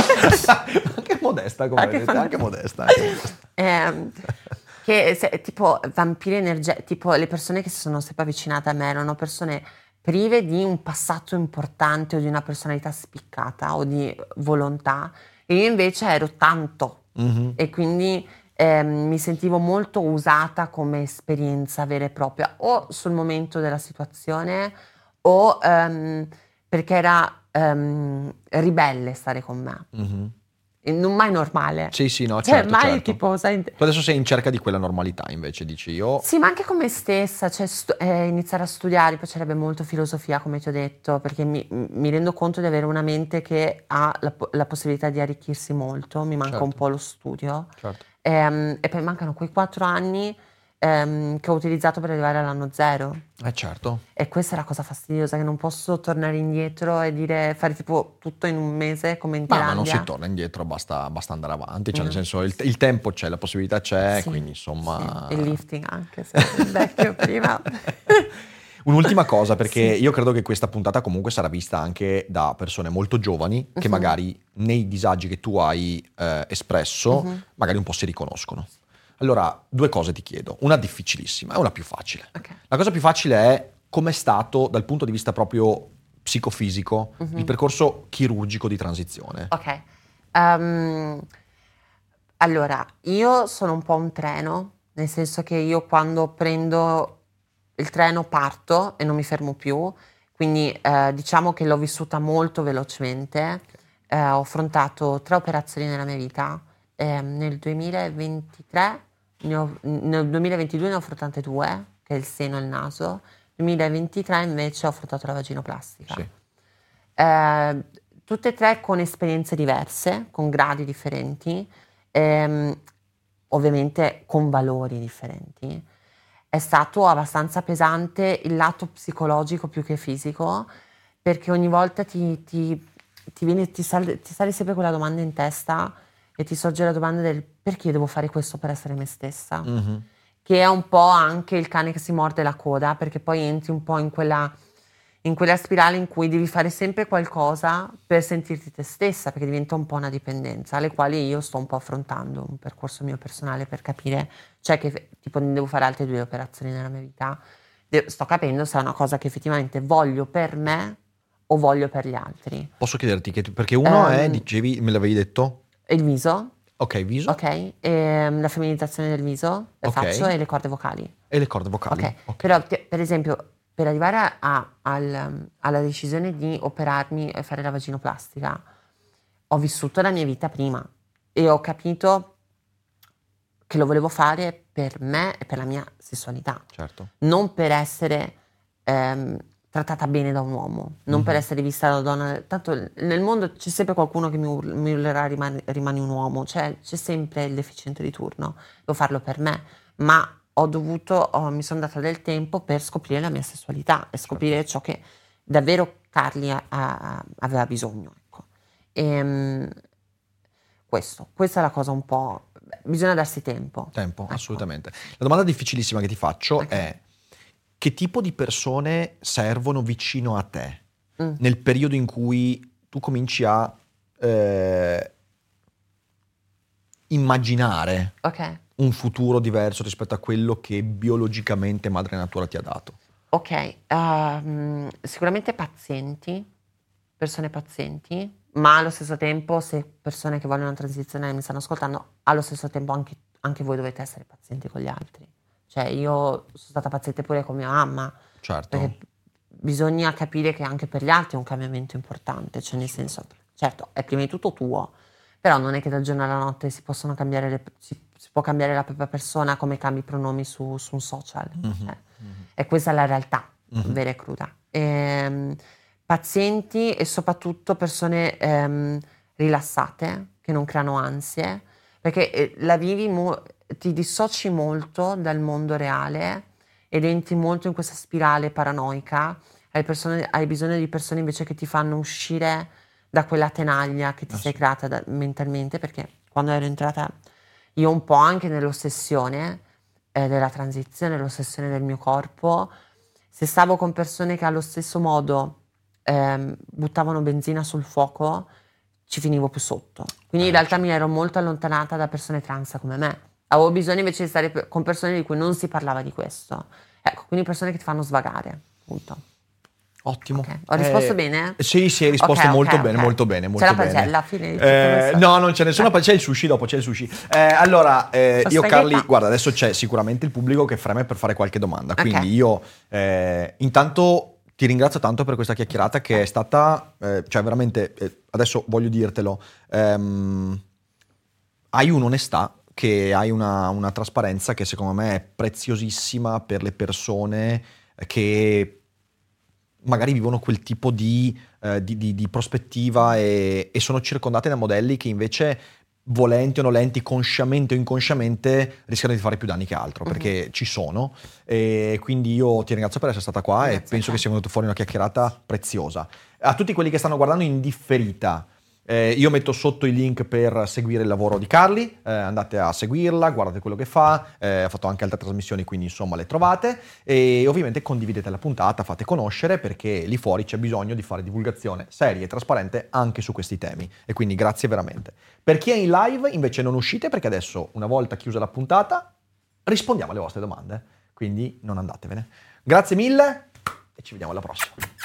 Anche modesta, come Anche vedete, modesta. anche modesta. Anche modesta. Ehm, che se- tipo vampiri energetici, tipo le persone che si sono sempre avvicinate a me erano persone prive di un passato importante o di una personalità spiccata o di volontà, E io invece ero tanto Mhm. e quindi ehm, mi sentivo molto usata come esperienza vera e propria, o sul momento della situazione o ehm, perché era ehm, ribelle stare con me. Mhm. E non mai normale. Sì, sì, no, Cioè, certo, mai certo. tipo, sai, Tu adesso sei in cerca di quella normalità, invece, dici io. sì, ma anche con me stessa, cioè stu- eh, iniziare a studiare, mi piacerebbe molto filosofia, come ti ho detto, perché mi, mi rendo conto di avere una mente che ha la, po- la possibilità di arricchirsi molto, mi manca un Certo. po' lo studio. Certo. Ehm, e poi mancano quei quattro anni ehm, che ho utilizzato per arrivare all'anno zero. Eh, certo. E questa è la cosa fastidiosa, che non posso tornare indietro e dire, fare tipo tutto in un mese come in Ma, ma non si Thailandia. torna indietro, basta, basta andare avanti, cioè No. nel senso il, il tempo c'è, la possibilità c'è, Sì, quindi insomma. sì, il lifting anche se vecchio prima. Un'ultima cosa, perché Sì. io credo che questa puntata comunque sarà vista anche da persone molto giovani che Mhm. magari nei disagi che tu hai eh, espresso Mhm. magari un po' si riconoscono. Allora, due cose ti chiedo, una difficilissima e una più facile. Ok. La cosa più facile è com'è stato dal punto di vista proprio psicofisico Mhm. il percorso chirurgico di transizione. Ok. Ehm, allora, io sono un po' un treno, nel senso che io quando prendo il treno parto e non mi fermo più, quindi eh, diciamo che l'ho vissuta molto velocemente. Eh, ho affrontato tre operazioni nella mia vita. Eh, nel duemilaventitré, ne ho- nel duemilaventidue ne ho affrontate due, che è il seno e il naso. Nel duemilaventitré invece ho affrontato la vaginoplastica. Sì. Eh, tutte e tre con esperienze diverse, con gradi differenti, ehm, ovviamente con valori differenti. È stato abbastanza pesante il lato psicologico più che fisico, perché ogni volta ti, ti- ti viene, ti sale, ti sale sempre quella domanda in testa e ti sorge la domanda del perché devo fare questo per essere me stessa, Mhm. che è un po' anche il cane che si morde la coda, perché poi entri un po' in quella, in quella spirale in cui devi fare sempre qualcosa per sentirti te stessa, perché diventa un po' una dipendenza, alle quali io sto un po' affrontando un percorso mio personale per capire, cioè che tipo devo fare altre due operazioni nella mia vita, De- sto capendo se è una cosa che effettivamente voglio per me o voglio per gli altri. Posso chiederti che, perché uno è, Ehm, dicevi, me l'avevi detto? il viso, Ok, viso. ok? Ehm, la femminilizzazione del viso, le Ok. faccio e le corde vocali. E le corde vocali. Ok, Ok. però ti- per esempio, per arrivare a- a- al- alla decisione di operarmi e fare la vaginoplastica, ho vissuto la mia vita prima e ho capito che lo volevo fare per me e per la mia sessualità, Certo. non per essere ehm, trattata bene da un uomo, non per Mhm. essere vista da una donna. Tanto nel mondo c'è sempre qualcuno che mi, ur- mi urlerà rimani, rimani un uomo, cioè c'è sempre il deficiente di turno, devo farlo per me, ma ho dovuto, ho- mi sono data del tempo per scoprire la mia sessualità e scoprire ciò che davvero Carly a- a- aveva bisogno. Ecco. Ehm, questo, questa è la cosa un po'. Bisogna darsi tempo. Tempo, Ecco. assolutamente. La domanda difficilissima che ti faccio Ok. è: che tipo di persone servono vicino a te Mm. nel periodo in cui tu cominci a eh, immaginare Ok, un futuro diverso rispetto a quello che biologicamente madre natura ti ha dato? ok. ehm, sicuramente pazienti, persone pazienti, ma allo stesso tempo, se persone che vogliono transizionare mi stanno ascoltando, allo stesso tempo anche, anche voi dovete essere pazienti con gli altri. Cioè, io sono stata paziente pure con mia mamma, Certo. perché bisogna capire che anche per gli altri è un cambiamento importante, cioè nel senso, certo, è prima di tutto tuo, però non è che dal giorno alla notte si possono cambiare le, si, si può cambiare la propria persona come cambi i pronomi su, su un social. Mhm. Cioè, Mhm. e questa è la realtà Mhm. vera e cruda. Ehm, pazienti e soprattutto persone ehm, rilassate, che non creano ansie, perché eh, la vivi, mo- ti dissoci molto dal mondo reale ed entri molto in questa spirale paranoica, hai, persone- hai bisogno di persone invece che ti fanno uscire da quella tenaglia che ti Ah, sei sì. creata da- mentalmente, perché quando ero entrata io un po' anche nell'ossessione eh, della transizione, l'ossessione del mio corpo, se stavo con persone che allo stesso modo ehm, buttavano benzina sul fuoco, ci finivo più sotto. Quindi Eh, in realtà certo. mi ero molto allontanata da persone trans come me. Avevo bisogno invece di stare per- con persone di cui non si parlava di questo. Ecco, quindi persone che ti fanno svagare, appunto. Ottimo. Okay. Ho risposto Eh, bene? Sì, sì, hai risposto Ok, molto ok, bene, ok. molto bene, molto C'è la bene. pagella a fine di tutto Eh, questo? no, non c'è nessuna pagella, c'è il sushi dopo, c'è il sushi. Eh, allora, eh, La io spaghetti. Carli, guarda, adesso c'è sicuramente il pubblico che freme per fare qualche domanda, Ok. quindi io eh, intanto ti ringrazio tanto per questa chiacchierata che è stata, eh, cioè veramente, eh, adesso voglio dirtelo, ehm, hai un'onestà, che hai una, una trasparenza che secondo me è preziosissima per le persone che magari vivono quel tipo di, eh, di- di- di prospettiva e, e sono circondate da modelli che invece, volenti o nolenti, consciamente o inconsciamente, rischiano di fare più danni che altro, Mhm. perché ci sono. E quindi io ti ringrazio per essere stata qua Grazie e a penso te. che sia venuto fuori una chiacchierata preziosa. A tutti quelli che stanno guardando in differita, eh, io metto sotto i link per seguire il lavoro di Carli, eh, andate a seguirla, guardate quello che fa, eh, ha fatto anche altre trasmissioni, quindi insomma le trovate, e ovviamente condividete la puntata, fate conoscere, perché lì fuori c'è bisogno di fare divulgazione seria e trasparente anche su questi temi, e quindi grazie veramente. Per chi è in live invece non uscite, perché adesso, una volta chiusa la puntata, rispondiamo alle vostre domande, quindi non andatevene. Grazie mille e ci vediamo alla prossima.